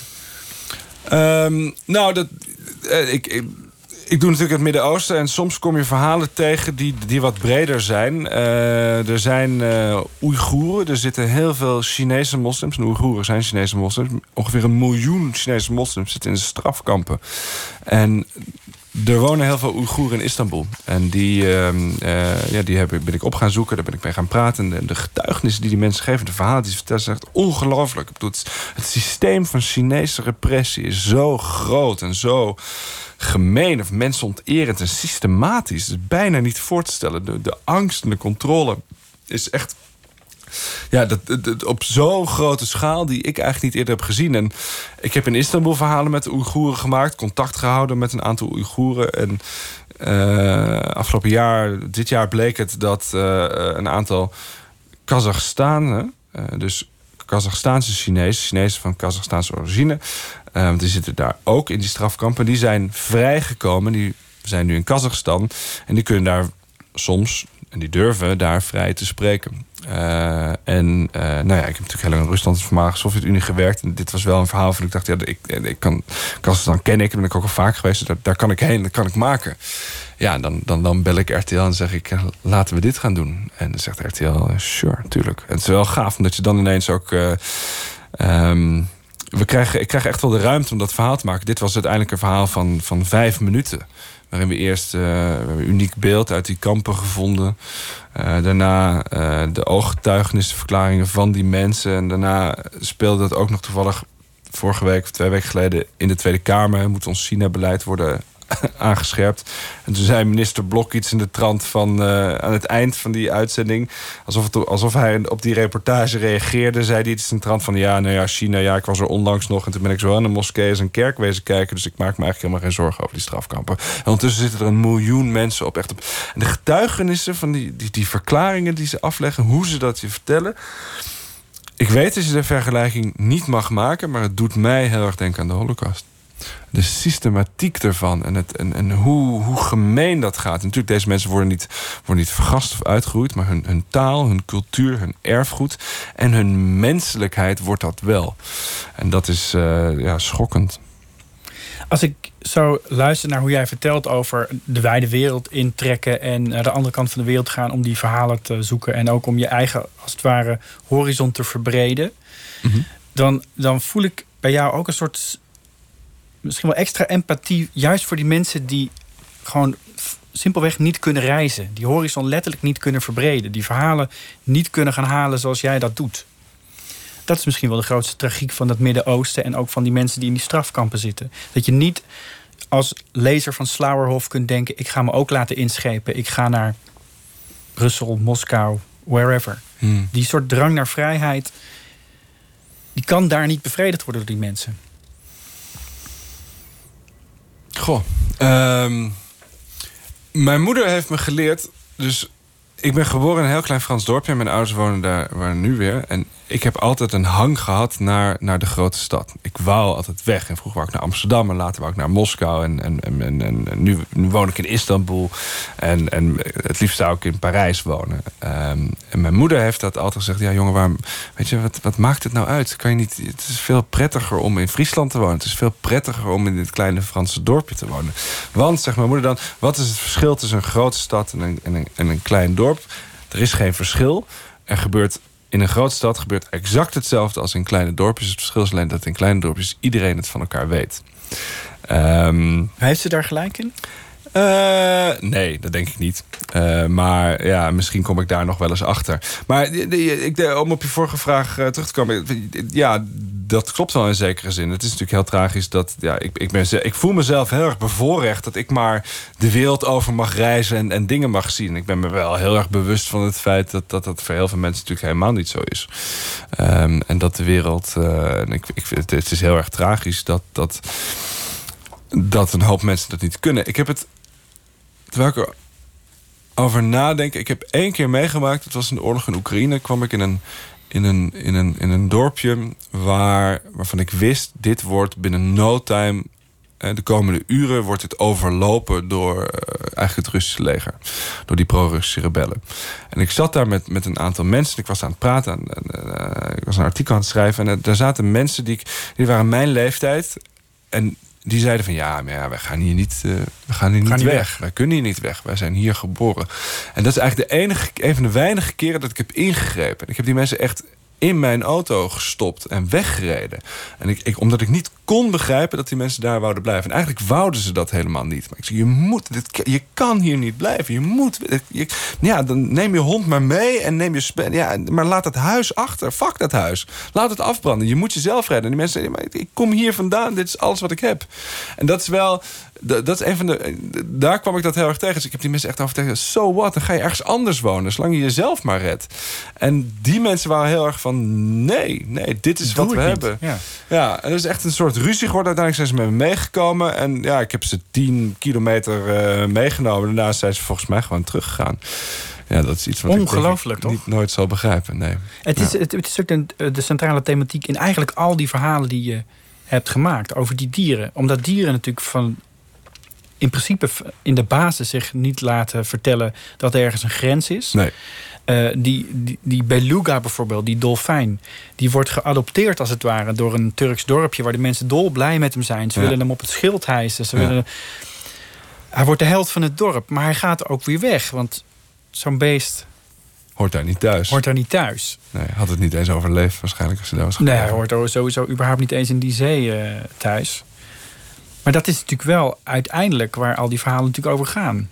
Um, nou, dat, uh, ik, ik, ik doe natuurlijk het Midden-Oosten... en soms kom je verhalen tegen die, die wat breder zijn. Uh, er zijn uh, Oeigoeren. Er zitten heel veel Chinese moslims. En Oeigoeren zijn Chinese moslims. Ongeveer een miljoen Chinese moslims zitten in de strafkampen. En... Er wonen heel veel Oeigoeren in Istanbul. En die, uh, uh, ja, die heb ik, ben ik op gaan zoeken. Daar ben ik mee gaan praten. En de getuigenissen die die mensen geven, de verhalen die ze vertellen, zijn echt ongelooflijk. Het, het systeem van Chinese repressie is zo groot en zo gemeen of mensonterend en systematisch. Het is bijna niet voor te stellen. De, de angst en de controle is echt ja, dat, dat, op zo'n grote schaal die ik eigenlijk niet eerder heb gezien. En ik heb in Istanbul verhalen met de Oeigoeren gemaakt. Contact gehouden met een aantal Oeigoeren. En uh, afgelopen jaar, dit jaar bleek het dat uh, een aantal Kazachstanen, uh, dus Kazachstaanse Chinezen, Chinezen van Kazachstaanse origine, uh, die zitten daar ook in die strafkampen. Die zijn vrijgekomen, die zijn nu in Kazachstan. En die kunnen daar soms, en die durven daar vrij te spreken. Uh, en uh, nou ja, ik heb natuurlijk heel lang in Rusland, voormalige Sovjet-Unie gewerkt. En dit was wel een verhaal van ik dacht, ja, ik, ik kan, Kazachstan ken ik, daar ben ik ook al vaak geweest. Dus daar, daar kan ik heen, dat kan ik maken. Ja, dan, dan, dan bel ik R T L en zeg ik, laten we dit gaan doen. En dan zegt R T L, sure, tuurlijk. En het is wel gaaf, omdat je dan ineens ook Uh, um, we krijgen, ik krijg echt wel de ruimte om dat verhaal te maken. Dit was uiteindelijk een verhaal van, van vijf minuten. Waarin we eerst uh, we hebben een uniek beeld uit die kampen gevonden. Uh, daarna uh, de ooggetuigenisverklaringen van die mensen. En daarna speelde dat ook nog toevallig vorige week of twee weken geleden in de Tweede Kamer. Moet ons China-beleid worden aangescherpt. En toen zei minister Blok iets in de trant van uh, aan het eind van die uitzending, alsof, het, alsof hij op die reportage reageerde, zei hij iets in de trant van ja, nou ja, China, ja, ik was er onlangs nog en toen ben ik zo aan de moskee en een kerk wezen kijken, dus ik maak me eigenlijk helemaal geen zorgen over die strafkampen. En ondertussen zitten er een miljoen mensen op, echt op. En de getuigenissen van die, die, die verklaringen die ze afleggen, hoe ze dat je vertellen. Ik weet dat je de vergelijking niet mag maken, maar het doet mij heel erg denken aan de Holocaust. De systematiek ervan en, het, en, en hoe, hoe gemeen dat gaat. En natuurlijk, deze mensen worden niet, worden niet vergast of uitgeroeid, maar hun, hun taal, hun cultuur, hun erfgoed en hun menselijkheid wordt dat wel. En dat is uh, ja, schokkend. Als ik zo luister naar hoe jij vertelt over de wijde wereld intrekken en naar de andere kant van de wereld gaan om die verhalen te zoeken en ook om je eigen, als het ware, horizon te verbreden, mm-hmm. dan, dan voel ik bij jou ook een soort misschien wel extra empathie, juist voor die mensen die gewoon simpelweg niet kunnen reizen. Die horizon letterlijk niet kunnen verbreden. Die verhalen niet kunnen gaan halen zoals jij dat doet. Dat is misschien wel de grootste tragiek van het Midden-Oosten en ook van die mensen die in die strafkampen zitten. Dat je niet als lezer van Slauerhoff kunt denken, ik ga me ook laten inschepen. Ik ga naar Brussel, Moskou, wherever. Hmm. Die soort drang naar vrijheid, die kan daar niet bevredigd worden door die mensen. Goh, um, mijn moeder heeft me geleerd, dus ik ben geboren in een heel klein Frans dorpje en mijn ouders wonen daar waar nu weer. En ik heb altijd een hang gehad naar, naar de grote stad. Ik wou altijd weg. En vroeger wou ik naar Amsterdam en later wou ik naar Moskou. En, en, en, en, en nu, nu woon ik in Istanbul. En, en het liefst zou ik in Parijs wonen. Um, en mijn moeder heeft dat altijd gezegd. Ja, jongen, waarom, weet je, wat, wat maakt het nou uit? Kan je niet, het is veel prettiger om in Friesland te wonen. Het is veel prettiger om in dit kleine Franse dorpje te wonen. Want, zegt mijn moeder dan, wat is het verschil tussen een grote stad en een, en een, en een klein dorp? Er is geen verschil. Er gebeurt in een grote stad gebeurt exact hetzelfde als in kleine dorpjes. Het verschil is alleen dat in kleine dorpjes iedereen het van elkaar weet. Um, Heeft ze daar gelijk in? Uh, nee, dat denk ik niet. Uh, maar ja, misschien kom ik daar nog wel eens achter. Maar ik, om op je vorige vraag uh, terug te komen. Ja, dat klopt wel in zekere zin. Het is natuurlijk heel tragisch dat ja, ik, ik, ben, ik voel mezelf heel erg bevoorrecht dat ik maar de wereld over mag reizen en, en dingen mag zien. Ik ben me wel heel erg bewust van het feit dat dat, dat voor heel veel mensen natuurlijk helemaal niet zo is. Um, en dat de wereld. Uh, en ik, ik vind het, het is heel erg tragisch dat, dat, dat een hoop mensen dat niet kunnen. Ik heb het. Terwijl ik erover nadenk, ik heb één keer meegemaakt, het was in de oorlog in Oekraïne, kwam ik in een, in een, in een, in een dorpje waar, waarvan ik wist, dit wordt binnen no time, de komende uren wordt het overlopen door uh, eigenlijk het Russische leger. Door die pro-Russische rebellen. En ik zat daar met, met een aantal mensen, ik was aan het praten, en, uh, ik was een artikel aan het schrijven, en uh, daar zaten mensen die, die waren mijn leeftijd, en die zeiden van ja, maar ja, wij gaan hier niet, uh, we gaan hier niet, gaan niet weg. weg. Wij kunnen hier niet weg. Wij zijn hier geboren. En dat is eigenlijk de enige, een van de weinige keren dat ik heb ingegrepen. Ik heb die mensen echt in mijn auto gestopt en weggereden. En ik, ik, omdat ik niet kon begrijpen dat die mensen daar wouden blijven. En eigenlijk wouden ze dat helemaal niet. Maar ik zei, je moet, dit, je kan hier niet blijven. Je moet, je, ja, dan neem je hond maar mee en neem je spe- ja, maar laat het huis achter. Fuck dat huis. Laat het afbranden. Je moet jezelf redden. En die mensen zeggen, maar ik kom hier vandaan. Dit is alles wat ik heb. En dat is wel, dat is een van de, daar kwam ik dat heel erg tegen. Dus ik heb die mensen echt overtuigd, so what? Dan ga je ergens anders wonen, zolang je jezelf maar redt. En die mensen waren heel erg van, nee, nee, dit is Doe wat we het hebben. niet. Ja. Ja, en dat is echt een soort ruzie geworden. Uiteindelijk zijn ze met me meegekomen. En ja, ik heb ze tien kilometer uh, meegenomen. Daarna zijn ze volgens mij gewoon teruggegaan. Ja, dat is iets wat Ongelooflijk, ik toch? niet nooit zal begrijpen, nee. Het is, ja. het, het is ook de, de centrale thematiek in eigenlijk al die verhalen die je hebt gemaakt over die dieren. Omdat dieren natuurlijk van in principe in de basis zich niet laten vertellen dat er ergens een grens is. Nee. Uh, die, die, die beluga bijvoorbeeld, die dolfijn, die wordt geadopteerd als het ware door een Turks dorpje waar de mensen dolblij met hem zijn. Ze ja. willen hem op het schild hijsen. Ze ja. willen... Hij wordt de held van het dorp, maar hij gaat ook weer weg. Want zo'n beest hoort daar niet thuis. Hoort daar niet thuis. Nee, had het niet eens overleefd waarschijnlijk als hij daar was gebleven. gebleven. Nee, hij hoort sowieso überhaupt niet eens in die zee uh, thuis. Maar dat is natuurlijk wel uiteindelijk waar al die verhalen natuurlijk over gaan.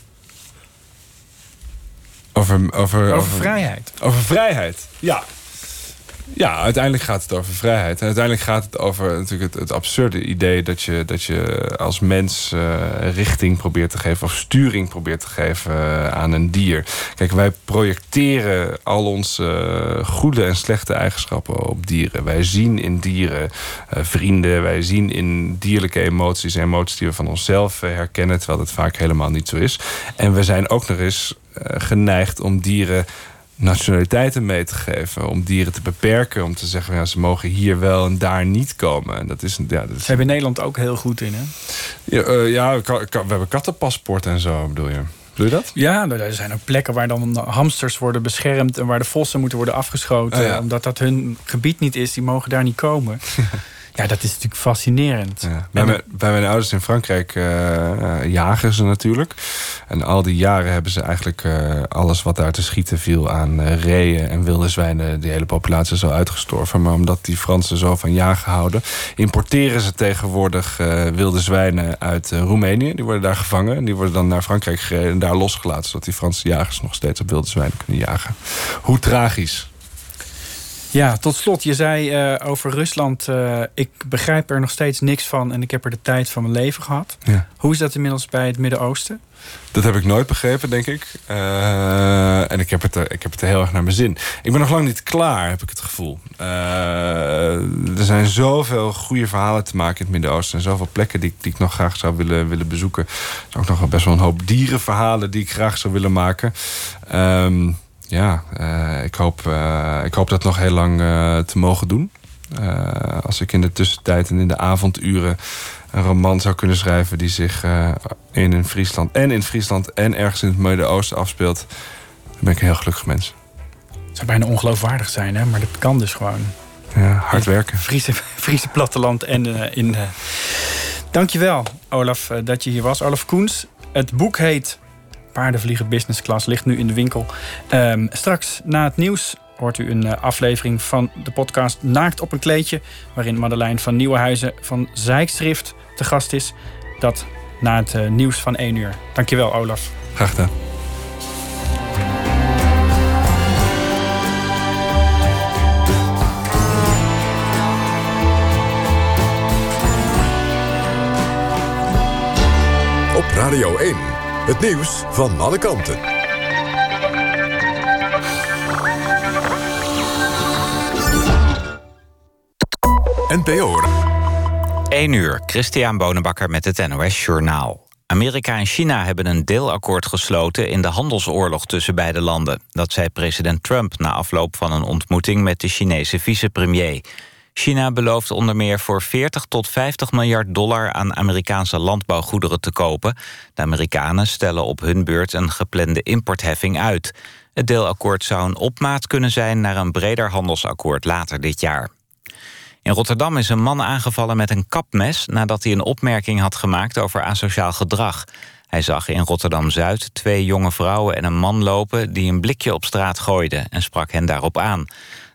Over, over, over, over vrijheid. Over vrijheid, ja. Ja, uiteindelijk gaat het over vrijheid. En uiteindelijk gaat het over natuurlijk het, het absurde idee dat je, dat je als mens uh, richting probeert te geven of sturing probeert te geven uh, aan een dier. Kijk, wij projecteren al onze uh, goede en slechte eigenschappen op dieren. Wij zien in dieren uh, vrienden, wij zien in dierlijke emoties en emoties die we van onszelf uh, herkennen, terwijl dat vaak helemaal niet zo is. En we zijn ook nog eens uh, geneigd om dieren nationaliteiten mee te geven, om dieren te beperken, om te zeggen, ja, ze mogen hier wel en daar niet komen. En dat is, ja, dat is... Ze hebben in Nederland ook heel goed in, hè? Ja, uh, ja we hebben kattenpaspoort en zo, bedoel je? Bedoel je dat? Ja, er zijn ook plekken waar dan hamsters worden beschermd en waar de vossen moeten worden afgeschoten, oh, ja. omdat dat hun gebied niet is, die mogen daar niet komen. Ja, dat is natuurlijk fascinerend. Ja. Bij, mijn, bij mijn ouders in Frankrijk uh, uh, jagen ze natuurlijk. En al die jaren hebben ze eigenlijk uh, alles wat daar te schieten viel aan uh, reeën en wilde zwijnen. Die hele populatie is al uitgestorven. Maar omdat die Fransen zo van jagen houden, importeren ze tegenwoordig uh, wilde zwijnen uit uh, Roemenië. Die worden daar gevangen en die worden dan naar Frankrijk gereden en daar losgelaten, zodat die Franse jagers nog steeds op wilde zwijnen kunnen jagen. Hoe tragisch. Ja, tot slot, je zei uh, over Rusland, Uh, ik begrijp er nog steeds niks van en ik heb er de tijd van mijn leven gehad. Ja. Hoe is dat inmiddels bij het Midden-Oosten? Dat heb ik nooit begrepen, denk ik. Uh, en ik heb, het er, ik heb het er heel erg naar mijn zin. Ik ben nog lang niet klaar, heb ik het gevoel. Uh, er zijn zoveel goede verhalen te maken in het Midden-Oosten. En zoveel plekken die, die ik nog graag zou willen, willen bezoeken. Er zijn ook nog wel best wel een hoop dierenverhalen die ik graag zou willen maken. Um, Ja, uh, ik, hoop, uh, ik hoop dat nog heel lang uh, te mogen doen. Uh, als ik in de tussentijd en in de avonduren een roman zou kunnen schrijven die zich uh, in, in Friesland en in Friesland en ergens in het Midden-Oosten afspeelt, dan ben ik een heel gelukkig mens. Het zou bijna ongeloofwaardig zijn, hè? Maar dat kan dus gewoon. Ja, hard werken. Friese, Friese platteland en uh, in. Uh... Dankjewel, Olaf, uh, dat je hier was. Olaf Koens. Het boek heet Paardenvliegen Business Class, ligt nu in de winkel. Um, straks na het nieuws hoort u een uh, aflevering van de podcast Naakt op een kleedje, waarin Madeleine van Nieuwenhuizen van Zijkstrift te gast is. Dat na het uh, nieuws van één uur. Dankjewel, Olaf. Graag gedaan. Op Radio één. Het nieuws van alle kanten. N P O. één uur, Christian Bonenbakker met het N O S Journaal. Amerika en China hebben een deelakkoord gesloten in de handelsoorlog tussen beide landen. Dat zei president Trump na afloop van een ontmoeting met de Chinese vicepremier. China belooft onder meer voor veertig tot vijftig miljard dollar aan Amerikaanse landbouwgoederen te kopen. De Amerikanen stellen op hun beurt een geplande importheffing uit. Het deelakkoord zou een opmaat kunnen zijn naar een breder handelsakkoord later dit jaar. In Rotterdam is een man aangevallen met een kapmes nadat hij een opmerking had gemaakt over asociaal gedrag. Hij zag in Rotterdam-Zuid twee jonge vrouwen en een man lopen die een blikje op straat gooiden en sprak hen daarop aan.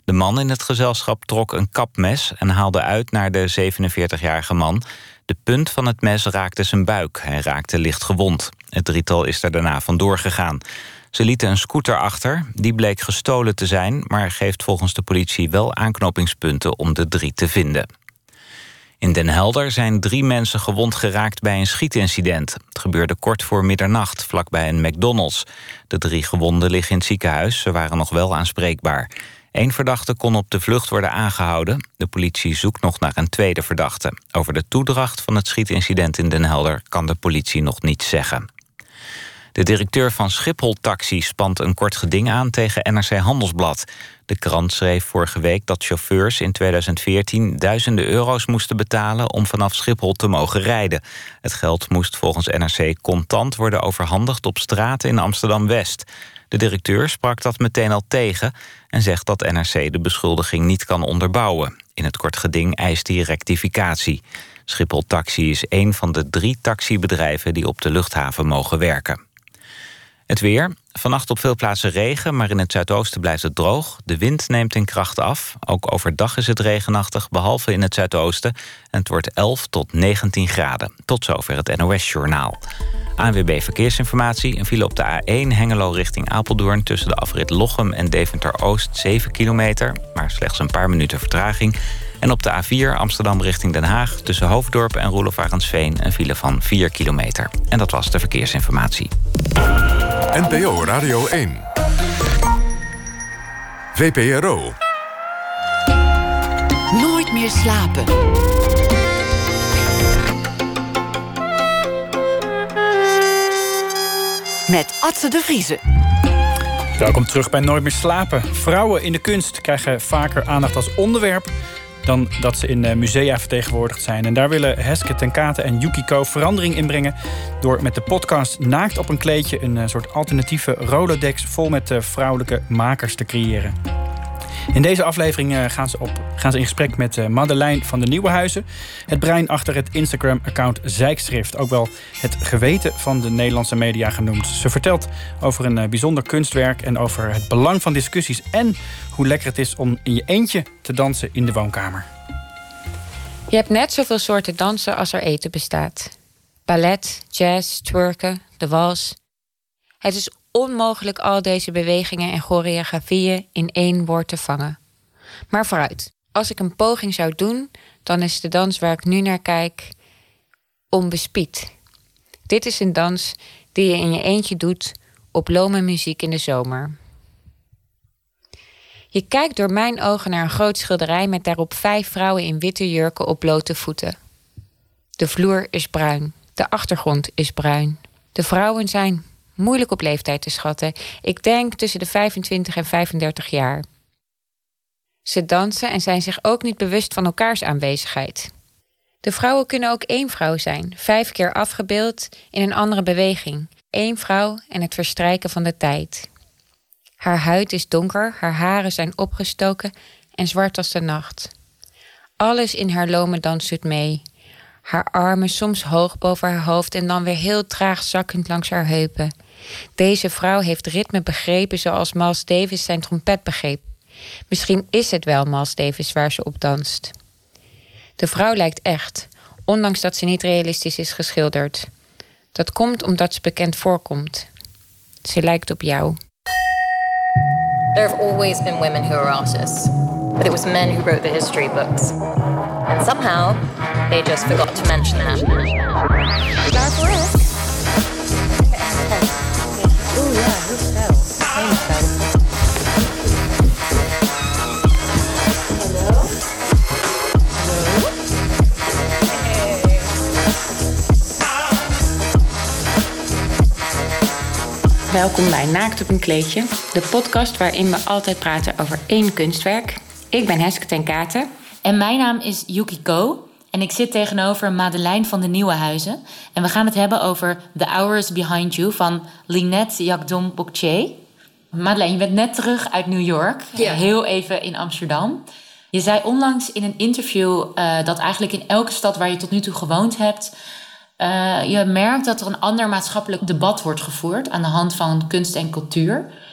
De man in het gezelschap trok een kapmes en haalde uit naar de zevenenveertigjarige man. De punt van het mes raakte zijn buik. Hij raakte licht gewond. Het drietal is er daarna vandoor gegaan. Ze lieten een scooter achter. Die bleek gestolen te zijn, maar geeft volgens de politie wel aanknopingspunten om de drie te vinden. In Den Helder zijn drie mensen gewond geraakt bij een schietincident. Het gebeurde kort voor middernacht, vlakbij een McDonald's. De drie gewonden liggen in het ziekenhuis. Ze waren nog wel aanspreekbaar. Eén verdachte kon op de vlucht worden aangehouden. De politie zoekt nog naar een tweede verdachte. Over de toedracht van het schietincident in Den Helder kan de politie nog niets zeggen. De directeur van Schiphol Taxi spant een kort geding aan tegen N R C Handelsblad. De krant schreef vorige week dat chauffeurs in tweeduizend veertien duizenden euro's moesten betalen om vanaf Schiphol te mogen rijden. Het geld moest volgens N R C contant worden overhandigd op straten in Amsterdam-West. De directeur sprak dat meteen al tegen en zegt dat N R C de beschuldiging niet kan onderbouwen. In het kort geding eist hij rectificatie. Schiphol Taxi is één van de drie taxibedrijven die op de luchthaven mogen werken. Het weer. Vannacht op veel plaatsen regen, maar in het zuidoosten blijft het droog. De wind neemt in kracht af. Ook overdag is het regenachtig, behalve in het zuidoosten. En het wordt elf tot negentien graden. Tot zover het N O S-journaal. A N W B Verkeersinformatie. Een file op de A één Hengelo richting Apeldoorn... tussen de afrit Lochem en Deventer-Oost zeven kilometer... maar slechts een paar minuten vertraging. En op de A vier Amsterdam richting Den Haag... tussen Hoofddorp en Roelof Arendsveen een file van vier kilometer. En dat was de verkeersinformatie. N P O Radio één. V P R O. Nooit meer slapen. Met Atze de Vrieze. Welkom terug bij Nooit meer slapen. Vrouwen in de kunst krijgen vaker aandacht als onderwerp dan dat ze in musea vertegenwoordigd zijn. En daar willen Heske ten Kate en Yukiko verandering in brengen door met de podcast Naakt op een kleedje een soort alternatieve Rolodex vol met vrouwelijke makers te creëren. In deze aflevering gaan ze, op, gaan ze in gesprek met Madeleine van de Nieuwenhuizen, het brein achter het Instagram-account Zijkschrift, ook wel het geweten van de Nederlandse media genoemd. Ze vertelt over een bijzonder kunstwerk en over het belang van discussies en hoe lekker het is om in je eentje te dansen in de woonkamer. Je hebt net zoveel soorten dansen als er eten bestaat. Ballet, jazz, twerken, de wals. Het is onmogelijk al deze bewegingen en choreografieën in één woord te vangen. Maar vooruit, als ik een poging zou doen, dan is de dans waar ik nu naar kijk onbespied. Dit is een dans die je in je eentje doet op lome muziek in de zomer. Je kijkt door mijn ogen naar een groot schilderij met daarop vijf vrouwen in witte jurken op blote voeten. De vloer is bruin, de achtergrond is bruin. De vrouwen zijn moeilijk op leeftijd te schatten. Ik denk tussen de vijfentwintig en vijfendertig jaar. Ze dansen en zijn zich ook niet bewust van elkaars aanwezigheid. De vrouwen kunnen ook één vrouw zijn, vijf keer afgebeeld in een andere beweging. Eén vrouw en het verstrijken van de tijd. Haar huid is donker, haar haren zijn opgestoken en zwart als de nacht. Alles in haar lome dans doet mee. Haar armen soms hoog boven haar hoofd en dan weer heel traag zakkend langs haar heupen. Deze vrouw heeft ritme begrepen zoals Miles Davis zijn trompet begreep. Misschien is het wel Miles Davis waar ze op danst. De vrouw lijkt echt, ondanks dat ze niet realistisch is geschilderd. Dat komt omdat ze bekend voorkomt. Ze lijkt op jou. There have always been women who are artists, but it was men who wrote the history books. And somehow, they just forgot to mention that. Klaar voor het? Oeh ja, heel snel. Heel snel. Hallo? Hallo? Hey. Welkom bij Naakt op een kleedje, de podcast waarin we altijd praten over één kunstwerk. Ik ben Heske ten Kate. En mijn naam is Yukiko. En ik zit tegenover Madeleine van de Nieuwenhuizen. En we gaan het hebben over The Hours Behind You van Lynette Jagdom-Bokche. Madeleine, je bent net terug uit New York. Ja. Heel even in Amsterdam. Je zei onlangs in een interview uh, dat eigenlijk in elke stad waar je tot nu toe gewoond hebt, Uh, je merkt dat er een ander maatschappelijk debat wordt gevoerd aan de hand van kunst en cultuur.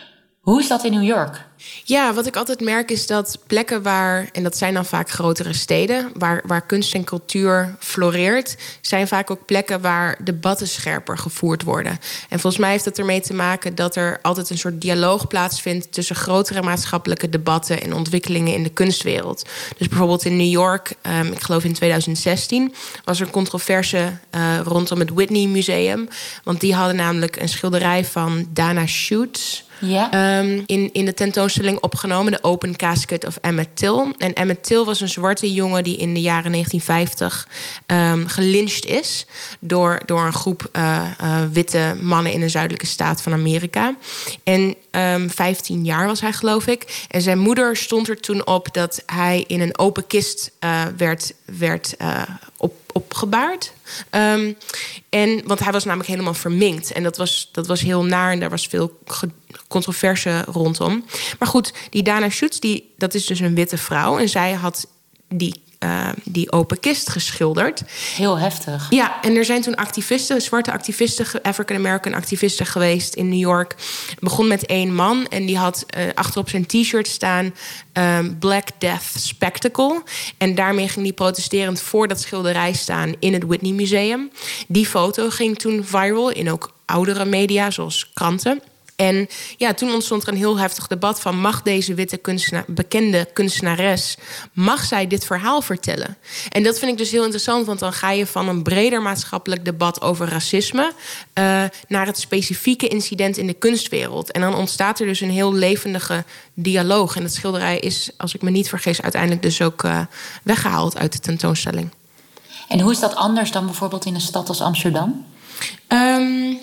Hoe is dat in New York? Ja, wat ik altijd merk is dat plekken waar, en dat zijn dan vaak grotere steden, waar, waar kunst en cultuur floreert, zijn vaak ook plekken waar debatten scherper gevoerd worden. En volgens mij heeft het ermee te maken dat er altijd een soort dialoog plaatsvindt tussen grotere maatschappelijke debatten en ontwikkelingen in de kunstwereld. Dus bijvoorbeeld in New York, um, ik geloof in twintig zestien, was er controverse uh, rondom het Whitney Museum. Want die hadden namelijk een schilderij van Dana Schutz Ja. Um, in, in de tentoonstelling opgenomen, de Open Casket of Emmett Till. En Emmett Till was een zwarte jongen die in de jaren negentien vijftig um, gelyncht is door, door een groep uh, uh, witte mannen in een zuidelijke staat van Amerika. En um, vijftien jaar was hij, geloof ik. En zijn moeder stond er toen op dat hij in een open kist uh, werd, werd uh, op, opgebaard. Um, en, want hij was namelijk helemaal verminkt. En dat was, dat was heel naar en daar was veel ge- controverse rondom. Maar goed, die Dana Schutz, die, dat is dus een witte vrouw. En zij had die, uh, die open kist geschilderd. Heel heftig. Ja, en er zijn toen activisten, zwarte activisten, African-American activisten geweest in New York. Het begon met één man en die had uh, achterop zijn t-shirt staan um, Black Death Spectacle. En daarmee ging die protesterend voor dat schilderij staan in het Whitney Museum. Die foto ging toen viral in ook oudere media, zoals kranten. En ja, toen ontstond er een heel heftig debat van, mag deze witte kunstenaar, bekende kunstenares, mag zij dit verhaal vertellen? En dat vind ik dus heel interessant, want dan ga je van een breder maatschappelijk debat over racisme uh, naar het specifieke incident in de kunstwereld. En dan ontstaat er dus een heel levendige dialoog. En dat schilderij is, als ik me niet vergis, uiteindelijk dus ook uh, weggehaald uit de tentoonstelling. En hoe is dat anders dan bijvoorbeeld in een stad als Amsterdam? Um,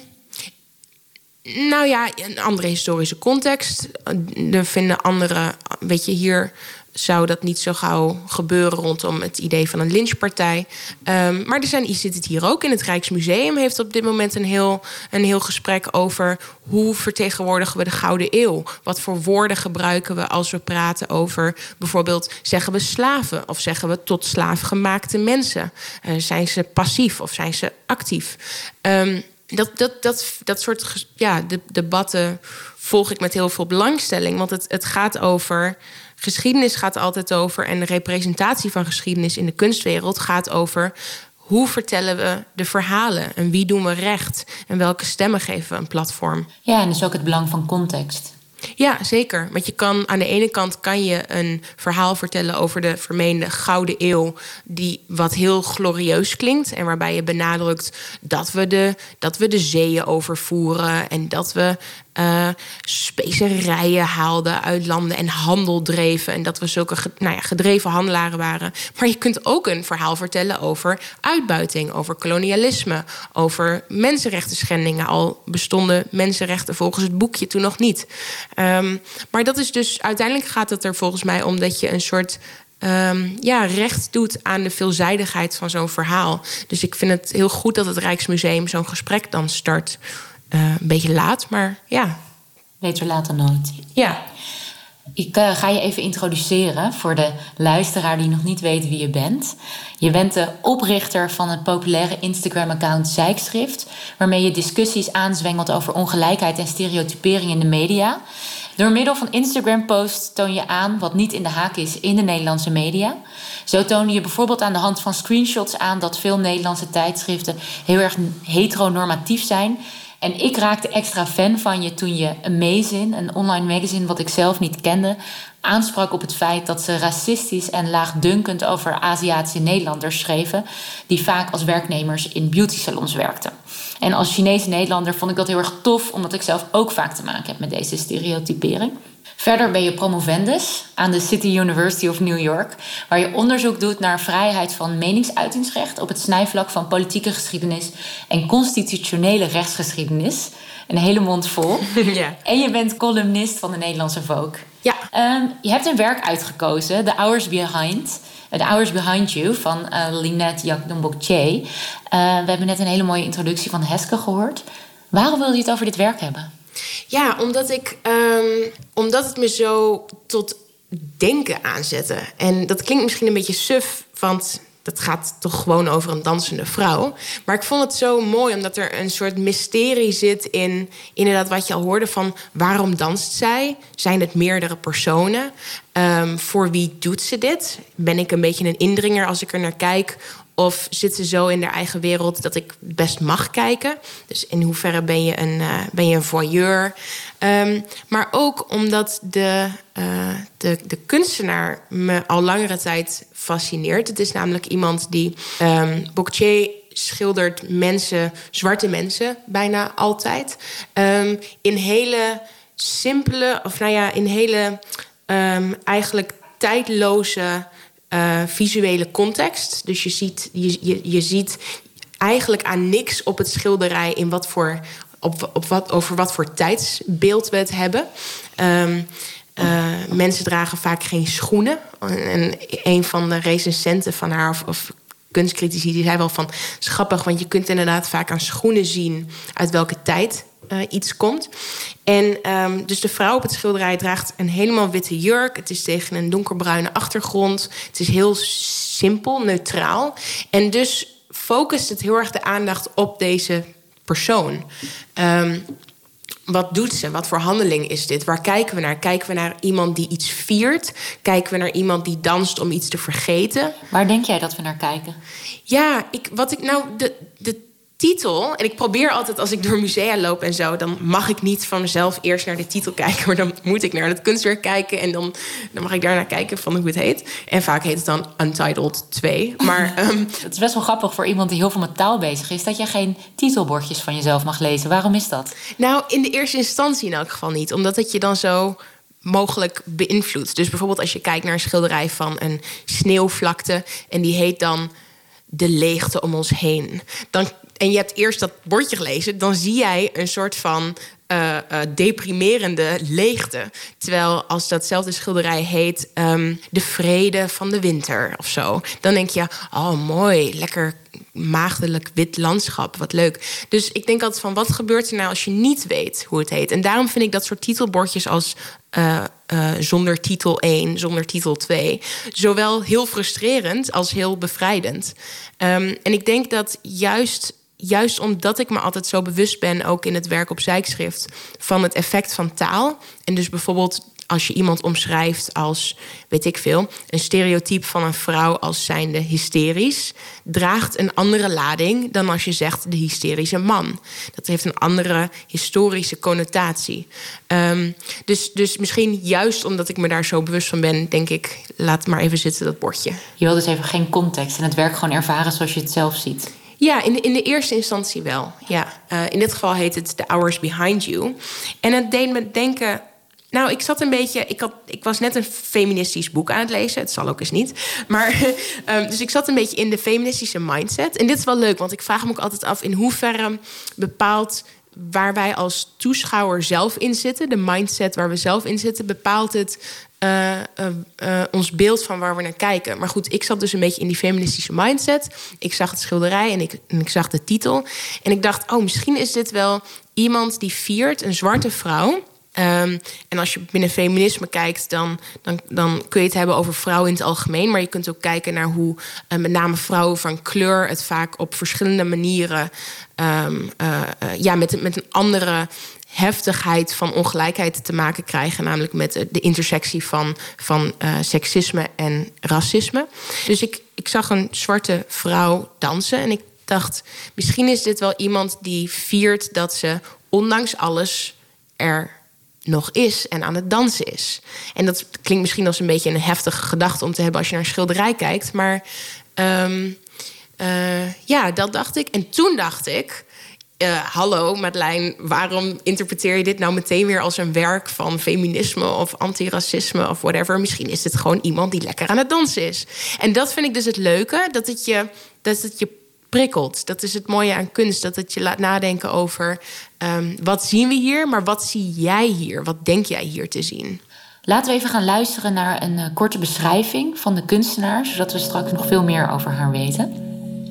Nou ja, een andere historische context. Er vinden andere, weet je, hier zou dat niet zo gauw gebeuren rondom het idee van een lynchpartij. Um, maar er zijn, je zit het hier ook in. Het Rijksmuseum heeft op dit moment een heel, een heel gesprek over hoe vertegenwoordigen we de Gouden Eeuw? Wat voor woorden gebruiken we als we praten over bijvoorbeeld, zeggen we slaven of zeggen we tot slaaf gemaakte mensen? Uh, zijn ze passief of zijn ze actief? Um, Dat, dat, dat, dat soort ja, de, debatten volg ik met heel veel belangstelling. Want het, het gaat over, geschiedenis gaat altijd over, en de representatie van geschiedenis in de kunstwereld gaat over, hoe vertellen we de verhalen en wie doen we recht en welke stemmen geven we een platform. Ja, en dus ook het belang van context. Ja, zeker. Want je kan aan de ene kant kan je een verhaal vertellen over de vermeende Gouden Eeuw, die wat heel glorieus klinkt en waarbij je benadrukt dat we de, dat we de zeeën overvoeren en dat we uh, specerijen haalden uit landen en handel dreven en dat we zulke nou ja, gedreven handelaren waren. Maar je kunt ook een verhaal vertellen over uitbuiting, over kolonialisme, over mensenrechten schendingen. Al bestonden mensenrechten volgens het boekje toen nog niet. Um, maar dat is dus, uiteindelijk gaat het er volgens mij om dat je een soort um, ja, recht doet aan de veelzijdigheid van zo'n verhaal. Dus ik vind het heel goed dat het Rijksmuseum zo'n gesprek dan start. Uh, een beetje laat, maar ja. Beter laat dan nooit. Ja. Ik uh, ga je even introduceren voor de luisteraar die nog niet weet wie je bent. Je bent de oprichter van het populaire Instagram-account Zijkschrift, waarmee je discussies aanzwengelt over ongelijkheid en stereotypering in de media. Door middel van Instagram-posts toon je aan wat niet in de haak is in de Nederlandse media. Zo toon je bijvoorbeeld aan de hand van screenshots aan dat veel Nederlandse tijdschriften heel erg heteronormatief zijn. En ik raakte extra fan van je toen je Amazing, een online magazine wat ik zelf niet kende, aansprak op het feit dat ze racistisch en laagdunkend over Aziatische Nederlanders schreven, die vaak als werknemers in beautysalons werkten. En als Chinese Nederlander vond ik dat heel erg tof, omdat ik zelf ook vaak te maken heb met deze stereotypering. Verder ben je promovendus aan de City University of New York, waar je onderzoek doet naar vrijheid van meningsuitingsrecht op het snijvlak van politieke geschiedenis en constitutionele rechtsgeschiedenis. Een hele mond vol. Ja. En je bent columnist van de Nederlandse Vogue. Ja. Um, je hebt een werk uitgekozen, The Hours Behind. The Hours Behind You van uh, Lynette Yakdombokche. Uh, we hebben net een hele mooie introductie van Heske gehoord. Waarom wil je het over dit werk hebben? Ja, omdat ik, um, omdat het me zo tot denken aanzette. En dat klinkt misschien een beetje suf, want dat gaat toch gewoon over een dansende vrouw. Maar ik vond het zo mooi, omdat er een soort mysterie zit in inderdaad wat je al hoorde van waarom danst zij? Zijn het meerdere personen? Um, voor wie doet ze dit? Ben ik een beetje een indringer als ik er naar kijk? Of zit ze zo in haar eigen wereld dat ik best mag kijken? Dus in hoeverre ben je een, uh, ben je een voyeur? Um, maar ook omdat de, uh, de, de kunstenaar me al langere tijd fascineert. Het is namelijk iemand die... Um, Bocquet schildert mensen, zwarte mensen, bijna altijd. Um, in hele simpele, of nou ja, in hele um, eigenlijk tijdloze... Uh, visuele context. Dus je ziet, je, je, je ziet eigenlijk aan niks op het schilderij in wat voor, op, op wat, over wat voor tijdsbeeld we het hebben. Um, uh, mensen dragen vaak geen schoenen. En een van de recensenten van haar, of, of kunstcritici, die zei wel van schappig, want je kunt inderdaad vaak aan schoenen zien uit welke tijd Uh, iets komt. En um, dus de vrouw op het schilderij draagt een helemaal witte jurk. Het is tegen een donkerbruine achtergrond. Het is heel simpel, neutraal. En dus focust het heel erg de aandacht op deze persoon. Um, wat doet ze? Wat voor handeling is dit? Waar kijken we naar? Kijken we naar iemand die iets viert? Kijken we naar iemand die danst om iets te vergeten? Waar denk jij dat we naar kijken? Ja, ik, wat ik nou... de, de titel, en ik probeer altijd als ik door musea loop en zo, dan mag ik niet van mezelf eerst naar de titel kijken, maar dan moet ik naar het kunstwerk kijken en dan, dan mag ik daarnaar kijken van hoe het heet. En vaak heet het dan Untitled twee. Maar um, het is best wel grappig voor iemand die heel veel met taal bezig is, dat je geen titelbordjes van jezelf mag lezen. Waarom is dat? Nou, in de eerste instantie in elk geval niet, omdat het je dan zo mogelijk beïnvloedt. Dus bijvoorbeeld als je kijkt naar een schilderij van een sneeuwvlakte en die heet dan De leegte om ons heen. Dan en je hebt eerst dat bordje gelezen, dan zie jij een soort van uh, uh, deprimerende leegte. Terwijl als datzelfde schilderij heet um, De vrede van de winter of zo, dan denk je, oh mooi, lekker maagdelijk wit landschap, wat leuk. Dus ik denk altijd van, wat gebeurt er nou als je niet weet hoe het heet? En daarom vind ik dat soort titelbordjes als Uh, uh, zonder titel één, zonder titel twee... zowel heel frustrerend als heel bevrijdend. Um, en ik denk dat juist, juist omdat ik me altijd zo bewust ben, ook in het werk op Zijkschrift, van het effect van taal. En dus bijvoorbeeld als je iemand omschrijft als, weet ik veel, een stereotype van een vrouw als zijnde hysterisch, draagt een andere lading dan als je zegt de hysterische man. Dat heeft een andere historische connotatie. Um, dus, dus misschien juist omdat ik me daar zo bewust van ben, denk ik, laat maar even zitten, dat bordje. Je wil dus even geen context en het werk gewoon ervaren zoals je het zelf ziet. Ja, in de, in de eerste instantie wel. Ja. Uh, in dit geval heet het The Hours Behind You. En het deed me denken, nou, ik zat een beetje, ik, had, ik was net een feministisch boek aan het lezen. Het zal ook eens niet. Maar, um, dus ik zat een beetje in de feministische mindset. En dit is wel leuk, want ik vraag me ook altijd af in hoeverre bepaalt waar wij als toeschouwer zelf in zitten, de mindset waar we zelf in zitten, bepaalt het uh, uh, uh, ons beeld van waar we naar kijken. Maar goed, ik zat dus een beetje in die feministische mindset. Ik zag het schilderij en ik, en ik zag de titel. En ik dacht, oh, misschien is dit wel iemand die viert, een zwarte vrouw. Um, en als je binnen feminisme kijkt, dan, dan, dan kun je het hebben over vrouwen in het algemeen. Maar je kunt ook kijken naar hoe uh, met name vrouwen van kleur het vaak op verschillende manieren um, uh, uh, ja, met, met een andere heftigheid van ongelijkheid te maken krijgen. Namelijk met de intersectie van, van uh, seksisme en racisme. Dus ik, ik zag een zwarte vrouw dansen en ik dacht, misschien is dit wel iemand die viert dat ze ondanks alles er nog is en aan het dansen is. En dat klinkt misschien als een beetje een heftige gedachte om te hebben als je naar een schilderij kijkt. Maar um, uh, ja, dat dacht ik. En toen dacht ik, Uh, hallo Madeleine, waarom interpreteer je dit nou meteen weer als een werk van feminisme of antiracisme of whatever? Misschien is het gewoon iemand die lekker aan het dansen is. En dat vind ik dus het leuke, dat het je, dat het je prikkelt. Dat is het mooie aan kunst, dat het je laat nadenken over um, wat zien we hier, maar wat zie jij hier? Wat denk jij hier te zien? Laten we even gaan luisteren naar een uh, korte beschrijving van de kunstenaar, zodat we straks nog veel meer over haar weten.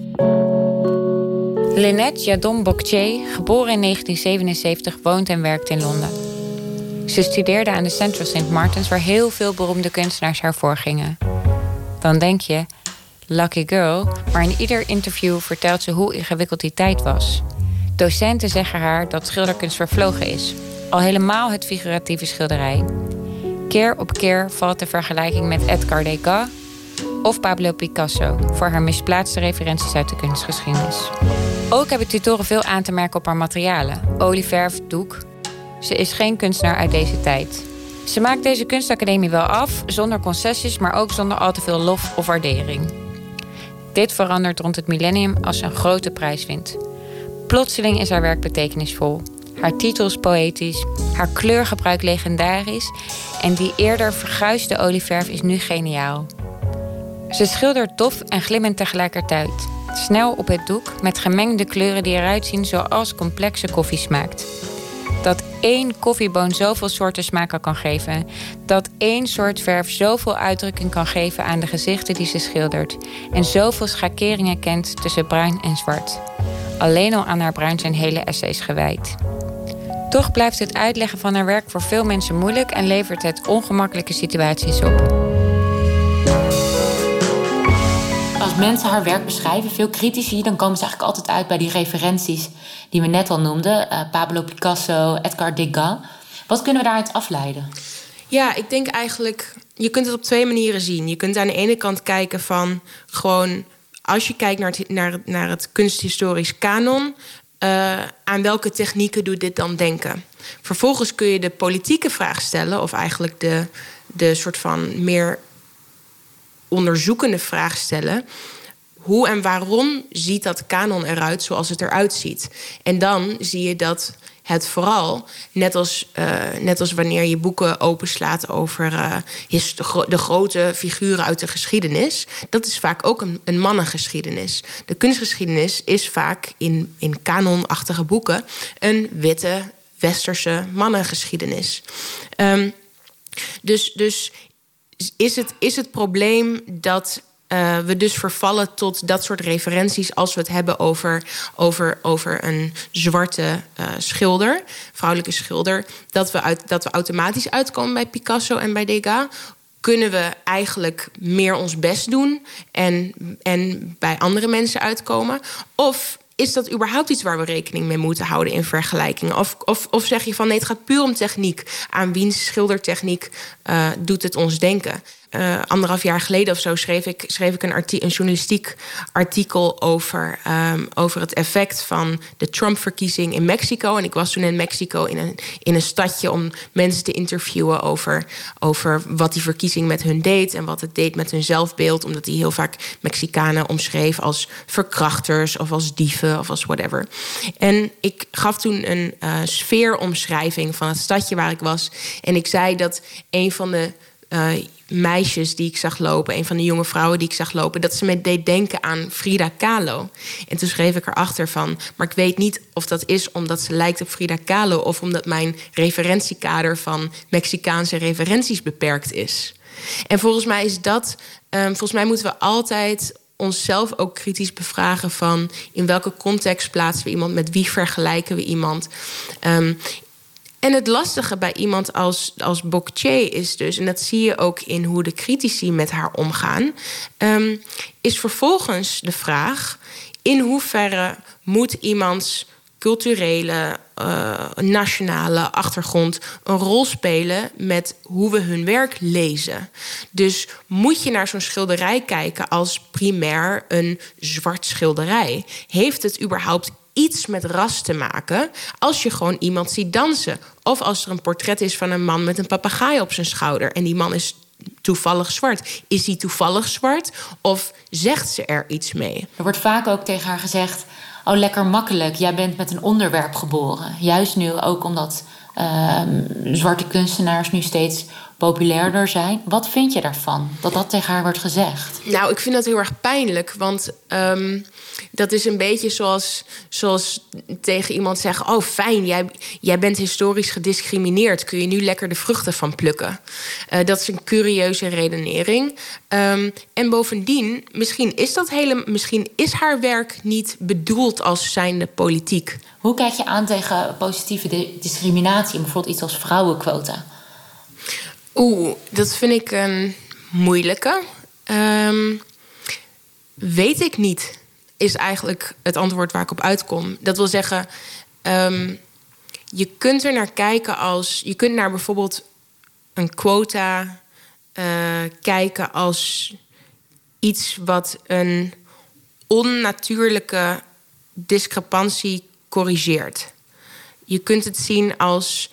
Lynette Jadon Bocquet, geboren in negentien zevenenzeventig, woont en werkt in Londen. Ze studeerde aan de Central Saint Martins, waar heel veel beroemde kunstenaars haar voorgingen. Dan denk je, Lucky Girl, maar in ieder interview vertelt ze hoe ingewikkeld die tijd was. Docenten zeggen haar dat schilderkunst vervlogen is. Al helemaal het figuratieve schilderij. Keer op keer valt de vergelijking met Edgar Degas of Pablo Picasso voor haar misplaatste referenties uit de kunstgeschiedenis. Ook hebben tutoren veel aan te merken op haar materialen. Olieverf, doek. Ze is geen kunstenaar uit deze tijd. Ze maakt deze kunstacademie wel af, zonder concessies, maar ook zonder al te veel lof of waardering. Dit verandert rond het millennium als ze een grote prijs wint. Plotseling is haar werk betekenisvol. Haar titel is poëtisch, haar kleurgebruik legendarisch en die eerder verguisde olieverf is nu geniaal. Ze schildert dof en glimmend tegelijkertijd. Snel op het doek met gemengde kleuren die eruit zien zoals complexe koffie smaakt. Dat één koffieboon zoveel soorten smaken kan geven. Dat één soort verf zoveel uitdrukking kan geven aan de gezichten die ze schildert. En zoveel schakeringen kent tussen bruin en zwart. Alleen al aan haar bruin zijn hele essays gewijd. Toch blijft het uitleggen van haar werk voor veel mensen moeilijk en levert het ongemakkelijke situaties op. Als mensen haar werk beschrijven, veel critici, dan komen ze eigenlijk altijd uit bij die referenties die we net al noemden. Uh, Pablo Picasso, Edgar Degas. Wat kunnen we daaruit afleiden? Ja, ik denk eigenlijk, je kunt het op twee manieren zien. Je kunt aan de ene kant kijken van gewoon, als je kijkt naar het, naar, naar het kunsthistorisch kanon, Uh, aan welke technieken doet dit dan denken? Vervolgens kun je de politieke vraag stellen, of eigenlijk de, de soort van meer onderzoekende vraag stellen. Hoe en waarom ziet dat kanon eruit zoals het eruit ziet? En dan zie je dat het vooral, net als, uh, net als wanneer je boeken openslaat over uh, his, de, gro- de grote figuren uit de geschiedenis, dat is vaak ook een, een mannengeschiedenis. De kunstgeschiedenis is vaak in, in kanonachtige boeken een witte, westerse mannengeschiedenis. Um, dus, dus is het, is het probleem dat Uh, we dus vervallen tot dat soort referenties als we het hebben over, over, over een zwarte uh, schilder, vrouwelijke schilder, dat we, uit, dat we automatisch uitkomen bij Picasso en bij Degas? Kunnen we eigenlijk meer ons best doen en, en bij andere mensen uitkomen? Of is dat überhaupt iets waar we rekening mee moeten houden in vergelijkingen? Of, of, of zeg je van nee, het gaat puur om techniek. Aan wiens schildertechniek uh, doet het ons denken? Uh, anderhalf jaar geleden of zo schreef ik, schreef ik een, arti- een journalistiek artikel over, um, over het effect van de Trump-verkiezing in Mexico. En ik was toen in Mexico in een, in een stadje om mensen te interviewen over, over wat die verkiezing met hun deed en wat het deed met hun zelfbeeld. Omdat die heel vaak Mexicanen omschreef als verkrachters of als dieven of als whatever. En ik gaf toen een uh, sfeeromschrijving van het stadje waar ik was. En ik zei dat een van de Uh, meisjes die ik zag lopen, een van de jonge vrouwen die ik zag lopen, dat ze me deed denken aan Frida Kahlo. En toen schreef ik erachter van, maar ik weet niet of dat is omdat ze lijkt op Frida Kahlo of omdat mijn referentiekader van Mexicaanse referenties beperkt is. En volgens mij is dat, um, volgens mij moeten we altijd onszelf ook kritisch bevragen van in welke context plaatsen we iemand, met wie vergelijken we iemand. Um, En het lastige bij iemand als, als Bocquet is dus, en dat zie je ook in hoe de critici met haar omgaan, um, is vervolgens de vraag, in hoeverre moet iemands culturele, uh, nationale achtergrond een rol spelen met hoe we hun werk lezen. Dus moet je naar zo'n schilderij kijken als primair een zwart schilderij? Heeft het überhaupt iets met ras te maken als je gewoon iemand ziet dansen? Of als er een portret is van een man met een papegaai op zijn schouder en die man is toevallig zwart. Is die toevallig zwart of zegt ze er iets mee? Er wordt vaak ook tegen haar gezegd, oh lekker makkelijk, jij bent met een onderwerp geboren. Juist nu ook omdat uh, zwarte kunstenaars nu steeds populairder zijn. Wat vind je daarvan, dat dat tegen haar wordt gezegd? Nou, ik vind dat heel erg pijnlijk, want um, dat is een beetje zoals, zoals tegen iemand zeggen, oh fijn, jij, jij bent historisch gediscrimineerd, kun je nu lekker de vruchten van plukken? Uh, dat is een curieuze redenering. Um, en bovendien, misschien is, dat hele, misschien is haar werk niet bedoeld als zijnde politiek. Hoe kijk je aan tegen positieve de- discriminatie, bijvoorbeeld iets als vrouwenquota? Oeh, dat vind ik een moeilijke. Um, weet ik niet, is eigenlijk het antwoord waar ik op uitkom. Dat wil zeggen, um, je kunt er naar kijken als... Je kunt naar bijvoorbeeld een quota uh, kijken als iets wat een onnatuurlijke discrepantie corrigeert. Je kunt het zien als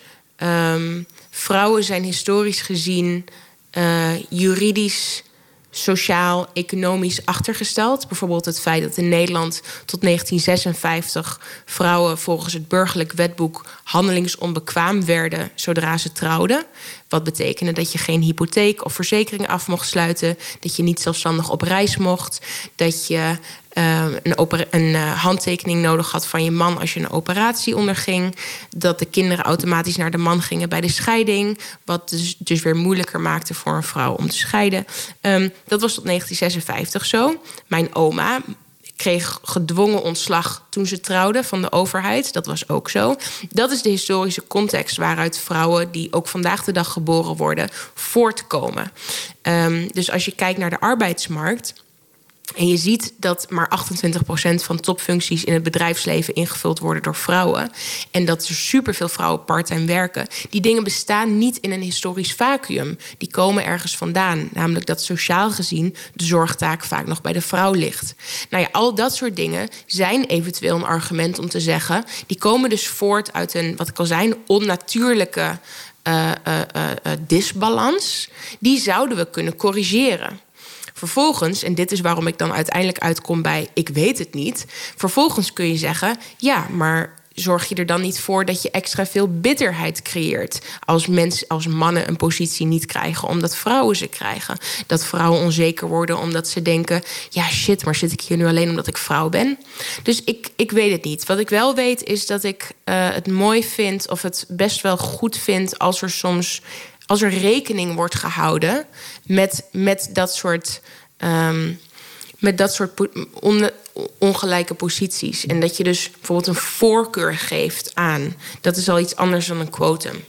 um, vrouwen zijn historisch gezien uh, juridisch, sociaal, economisch achtergesteld. Bijvoorbeeld het feit dat in Nederland tot negentien zesenvijftig... vrouwen volgens het burgerlijk wetboek handelingsonbekwaam werden zodra ze trouwden. Wat betekende dat je geen hypotheek of verzekering af mocht sluiten, dat je niet zelfstandig op reis mocht, dat je uh, een, opera- een uh, handtekening nodig had van je man als je een operatie onderging, dat de kinderen automatisch naar de man gingen bij de scheiding, wat dus, dus weer moeilijker maakte voor een vrouw om te scheiden. Um, dat was tot negentien zesenvijftig zo. Mijn oma kreeg gedwongen ontslag toen ze trouwde van de overheid. Dat was ook zo. Dat is de historische context waaruit vrouwen die ook vandaag de dag geboren worden voortkomen. Um, dus als je kijkt naar de arbeidsmarkt en je ziet dat maar achtentwintig procent van topfuncties in het bedrijfsleven ingevuld worden door vrouwen en dat er superveel vrouwen parttime werken, die dingen bestaan niet in een historisch vacuüm. Die komen ergens vandaan, namelijk dat sociaal gezien de zorgtaak vaak nog bij de vrouw ligt. Nou ja, al dat soort dingen zijn eventueel een argument om te zeggen, die komen dus voort uit een, wat ik al zei, een onnatuurlijke uh, uh, uh, uh, disbalans. Die zouden we kunnen corrigeren. Vervolgens, en dit is waarom ik dan uiteindelijk uitkom bij ik weet het niet. Vervolgens kun je zeggen, ja, maar zorg je er dan niet voor dat je extra veel bitterheid creëert als mensen, als mannen een positie niet krijgen omdat vrouwen ze krijgen. Dat vrouwen onzeker worden omdat ze denken, ja shit, maar zit ik hier nu alleen omdat ik vrouw ben? Dus ik, ik weet het niet. Wat ik wel weet is dat ik uh, het mooi vind of het best wel goed vind als er soms, als er rekening wordt gehouden met, met dat soort Um, met dat soort po- on- ongelijke posities. En dat je dus bijvoorbeeld een voorkeur geeft aan. Dat is al iets anders dan een quotum.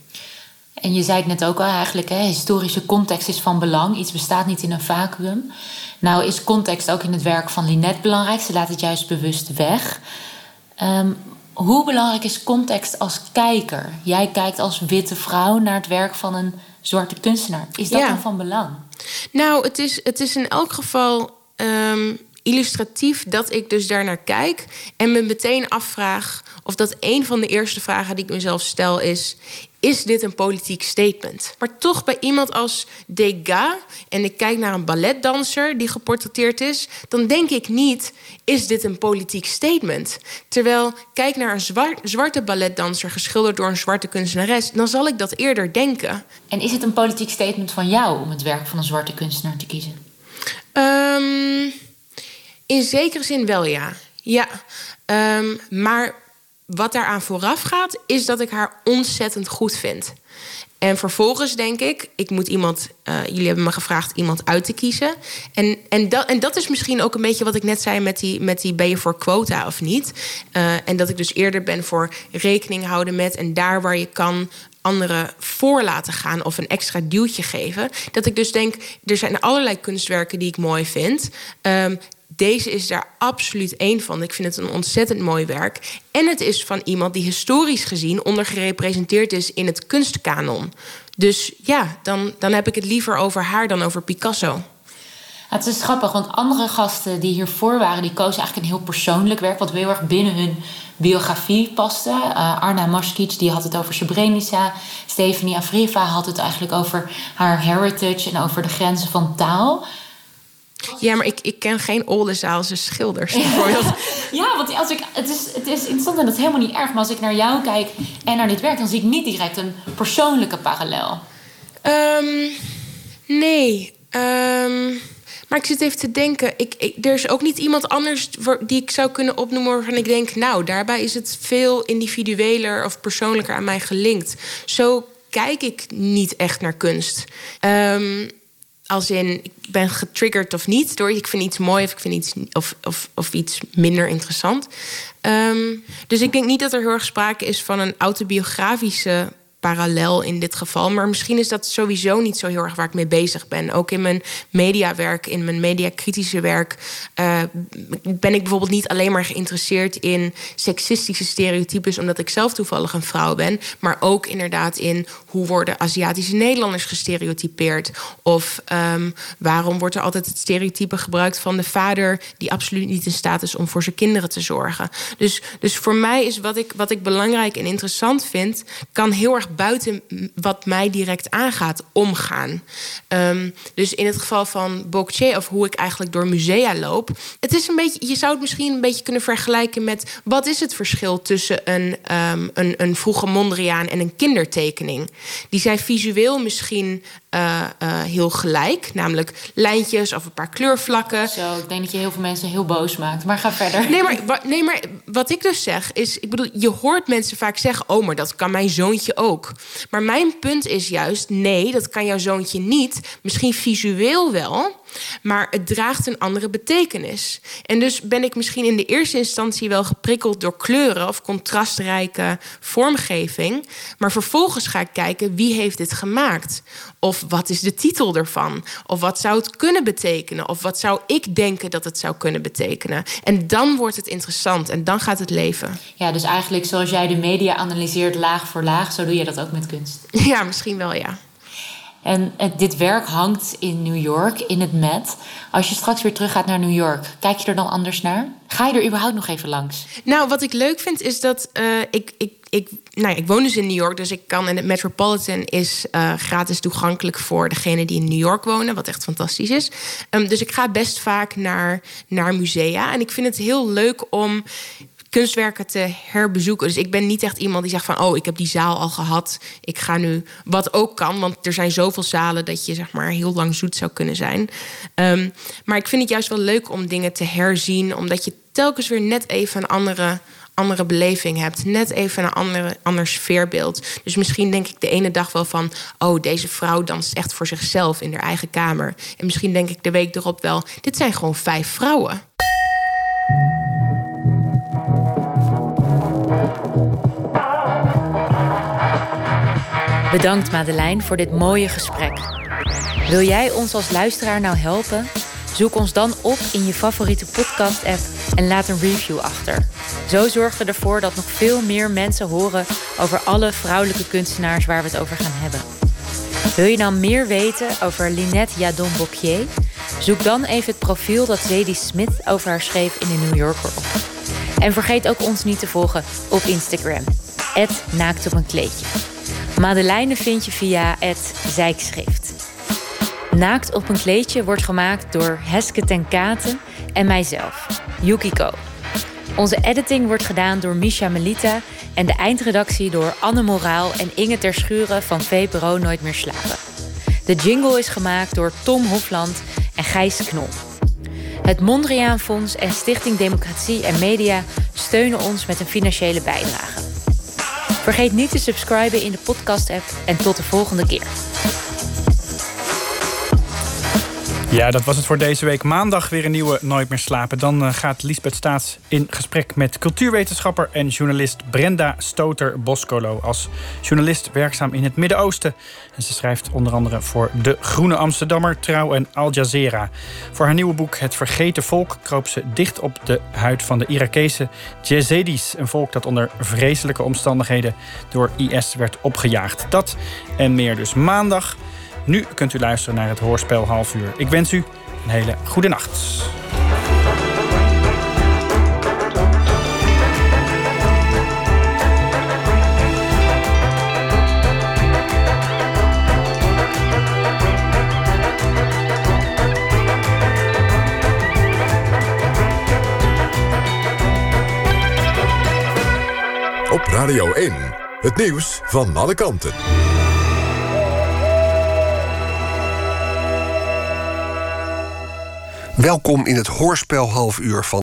En je zei het net ook al eigenlijk, hè, historische context is van belang. Iets bestaat niet in een vacuüm. Nou is context ook in het werk van Linette belangrijk. Ze laat het juist bewust weg. Um, hoe belangrijk is context als kijker? Jij kijkt als witte vrouw naar het werk van een zwarte kunstenaar. Is dat ja. dan van belang? Nou, het is, het is in elk geval um, illustratief dat ik dus daarnaar kijk en me meteen afvraag of dat een van de eerste vragen die ik mezelf stel is, is dit een politiek statement? Maar toch bij iemand als Degas, en ik kijk naar een balletdanser die geportretteerd is, dan denk ik niet, is dit een politiek statement? Terwijl, kijk naar een zwart, zwarte balletdanser geschilderd door een zwarte kunstenares, dan zal ik dat eerder denken. En is het een politiek statement van jou om het werk van een zwarte kunstenaar te kiezen? Um, in zekere zin wel, ja. Ja, um, maar wat daaraan vooraf gaat, is dat ik haar ontzettend goed vind. En vervolgens denk ik, ik moet iemand, uh, jullie hebben me gevraagd iemand uit te kiezen. En, en, dat, en dat is misschien ook een beetje wat ik net zei met die, met die ben je voor quota of niet. Uh, en dat ik dus eerder ben voor rekening houden met en daar waar je kan anderen voor laten gaan of een extra duwtje geven. Dat ik dus denk, er zijn allerlei kunstwerken die ik mooi vind. Um, Deze is daar absoluut één van. Ik vind het een ontzettend mooi werk. En het is van iemand die historisch gezien ondergerepresenteerd is in het kunstkanon. Dus ja, dan, dan heb ik het liever over haar dan over Picasso. Het is grappig, want andere gasten die hiervoor waren, die kozen eigenlijk een heel persoonlijk werk, wat heel erg binnen hun biografie paste. Uh, Arna Maskic, die had het over Srebrenica. Stefanie Afriva had het eigenlijk over haar heritage en over de grenzen van taal. Ja, maar ik, ik ken geen Oldenzaalse schilders, bijvoorbeeld. Ja, want als ik, het, is, het is interessant en dat is helemaal niet erg. Maar als ik naar jou kijk en naar dit werk, dan zie ik niet direct een persoonlijke parallel. Um, nee. Um, maar ik zit even te denken. Ik, ik, er is ook niet iemand anders die ik zou kunnen opnoemen waarvan ik denk, nou, daarbij is het veel individueler of persoonlijker aan mij gelinkt. Zo kijk ik niet echt naar kunst. Um, Als in, ik ben getriggerd of niet door ik vind iets mooi of ik vind iets of, of, of iets minder interessant. Um, dus ik denk niet dat er heel erg sprake is van een autobiografische parallel in dit geval. Maar misschien is dat sowieso niet zo heel erg waar ik mee bezig ben. Ook in mijn mediawerk, in mijn mediakritische werk... Uh, ben ik bijvoorbeeld niet alleen maar geïnteresseerd in seksistische stereotypes... omdat ik zelf toevallig een vrouw ben. Maar ook inderdaad in hoe worden Aziatische Nederlanders gestereotypeerd. Of um, waarom wordt er altijd het stereotype gebruikt van de vader... die absoluut niet in staat is om voor zijn kinderen te zorgen. Dus, dus voor mij is wat ik, wat ik belangrijk en interessant vind... kan heel erg buiten wat mij direct aangaat omgaan. Um, dus in het geval van Bokche, of hoe ik eigenlijk door musea loop... het is een beetje, je zou het misschien een beetje kunnen vergelijken met... wat is het verschil tussen een, um, een, een vroege Mondriaan en een kindertekening? Die zijn visueel misschien uh, uh, heel gelijk. Namelijk lijntjes of een paar kleurvlakken. Zo, ik denk dat je heel veel mensen heel boos maakt. Maar ga verder. Nee, maar, nee, maar wat ik dus zeg is... ik bedoel, je hoort mensen vaak zeggen... oh, maar dat kan mijn zoontje ook. Maar mijn punt is juist... nee, dat kan jouw zoontje niet. Misschien visueel wel... maar het draagt een andere betekenis. En dus ben ik misschien in de eerste instantie wel geprikkeld door kleuren... of contrastrijke vormgeving. Maar vervolgens ga ik kijken wie heeft dit gemaakt. Of wat is de titel ervan? Of wat zou het kunnen betekenen? Of wat zou ik denken dat het zou kunnen betekenen? En dan wordt het interessant en dan gaat het leven. Ja, dus eigenlijk zoals jij de media analyseert laag voor laag... zo doe je dat ook met kunst. Ja, misschien wel, ja. En uh, dit werk hangt in New York, in het Met. Als je straks weer terug gaat naar New York, kijk je er dan anders naar? Ga je er überhaupt nog even langs? Nou, wat ik leuk vind is dat uh, ik... ik Ik, nou ja, ik woon dus in New York, dus ik kan... en het Metropolitan is uh, gratis toegankelijk voor degenen die in New York wonen... wat echt fantastisch is. Um, dus ik ga best vaak naar, naar musea. En ik vind het heel leuk om kunstwerken te herbezoeken. Dus ik ben niet echt iemand die zegt van... oh, ik heb die zaal al gehad, ik ga nu... wat ook kan, want er zijn zoveel zalen... dat je zeg maar heel lang zoet zou kunnen zijn. Um, maar ik vind het juist wel leuk om dingen te herzien... omdat je telkens weer net even een andere... andere beleving hebt. Net even een andere, ander sfeerbeeld. Dus misschien denk ik de ene dag wel van... oh, deze vrouw danst echt voor zichzelf in haar eigen kamer. En misschien denk ik de week erop wel... dit zijn gewoon vijf vrouwen. Bedankt Madeleine voor dit mooie gesprek. Wil jij ons als luisteraar nou helpen? Zoek ons dan op in je favoriete podcast-app en laat een review achter. Zo zorgen we ervoor dat nog veel meer mensen horen over alle vrouwelijke kunstenaars waar we het over gaan hebben. Wil je nou meer weten over Lynette Yadom-Bokier? Zoek dan even het profiel dat Zadie Smith over haar schreef in de New Yorker op. En vergeet ook ons niet te volgen op Instagram. at naakt op een kleedje. Madeleine vind je via at zijkschrift. Naakt op een kleedje wordt gemaakt door Heske ten Katen en mijzelf, Yukiko. Onze editing wordt gedaan door Misha Melita en de eindredactie door Anne Moraal en Inge ter Schuren van V P R O Nooit meer slapen. De jingle is gemaakt door Tom Hofland en Gijs Knol. Het Mondriaan Fonds en Stichting Democratie en Media steunen ons met een financiële bijdrage. Vergeet niet te subscriben in de podcast-app en tot de volgende keer. Ja, dat was het voor deze week. Maandag weer een nieuwe Nooit meer slapen. Dan uh, gaat Liesbeth Staats in gesprek met cultuurwetenschapper en journalist Brenda Stoter-Boscolo. Als journalist werkzaam in het Midden-Oosten. En ze schrijft onder andere voor De Groene Amsterdammer, Trouw en Al Jazeera. Voor haar nieuwe boek Het Vergeten Volk kroop ze dicht op de huid van de Irakese Jezidis. Een volk dat onder vreselijke omstandigheden door I S werd opgejaagd. Dat en meer dus maandag. Nu kunt u luisteren naar het hoorspel Half Uur. Ik wens u een hele goede nacht. Op Radio één, het nieuws van alle kanten. Welkom in het hoorspel Half Uur van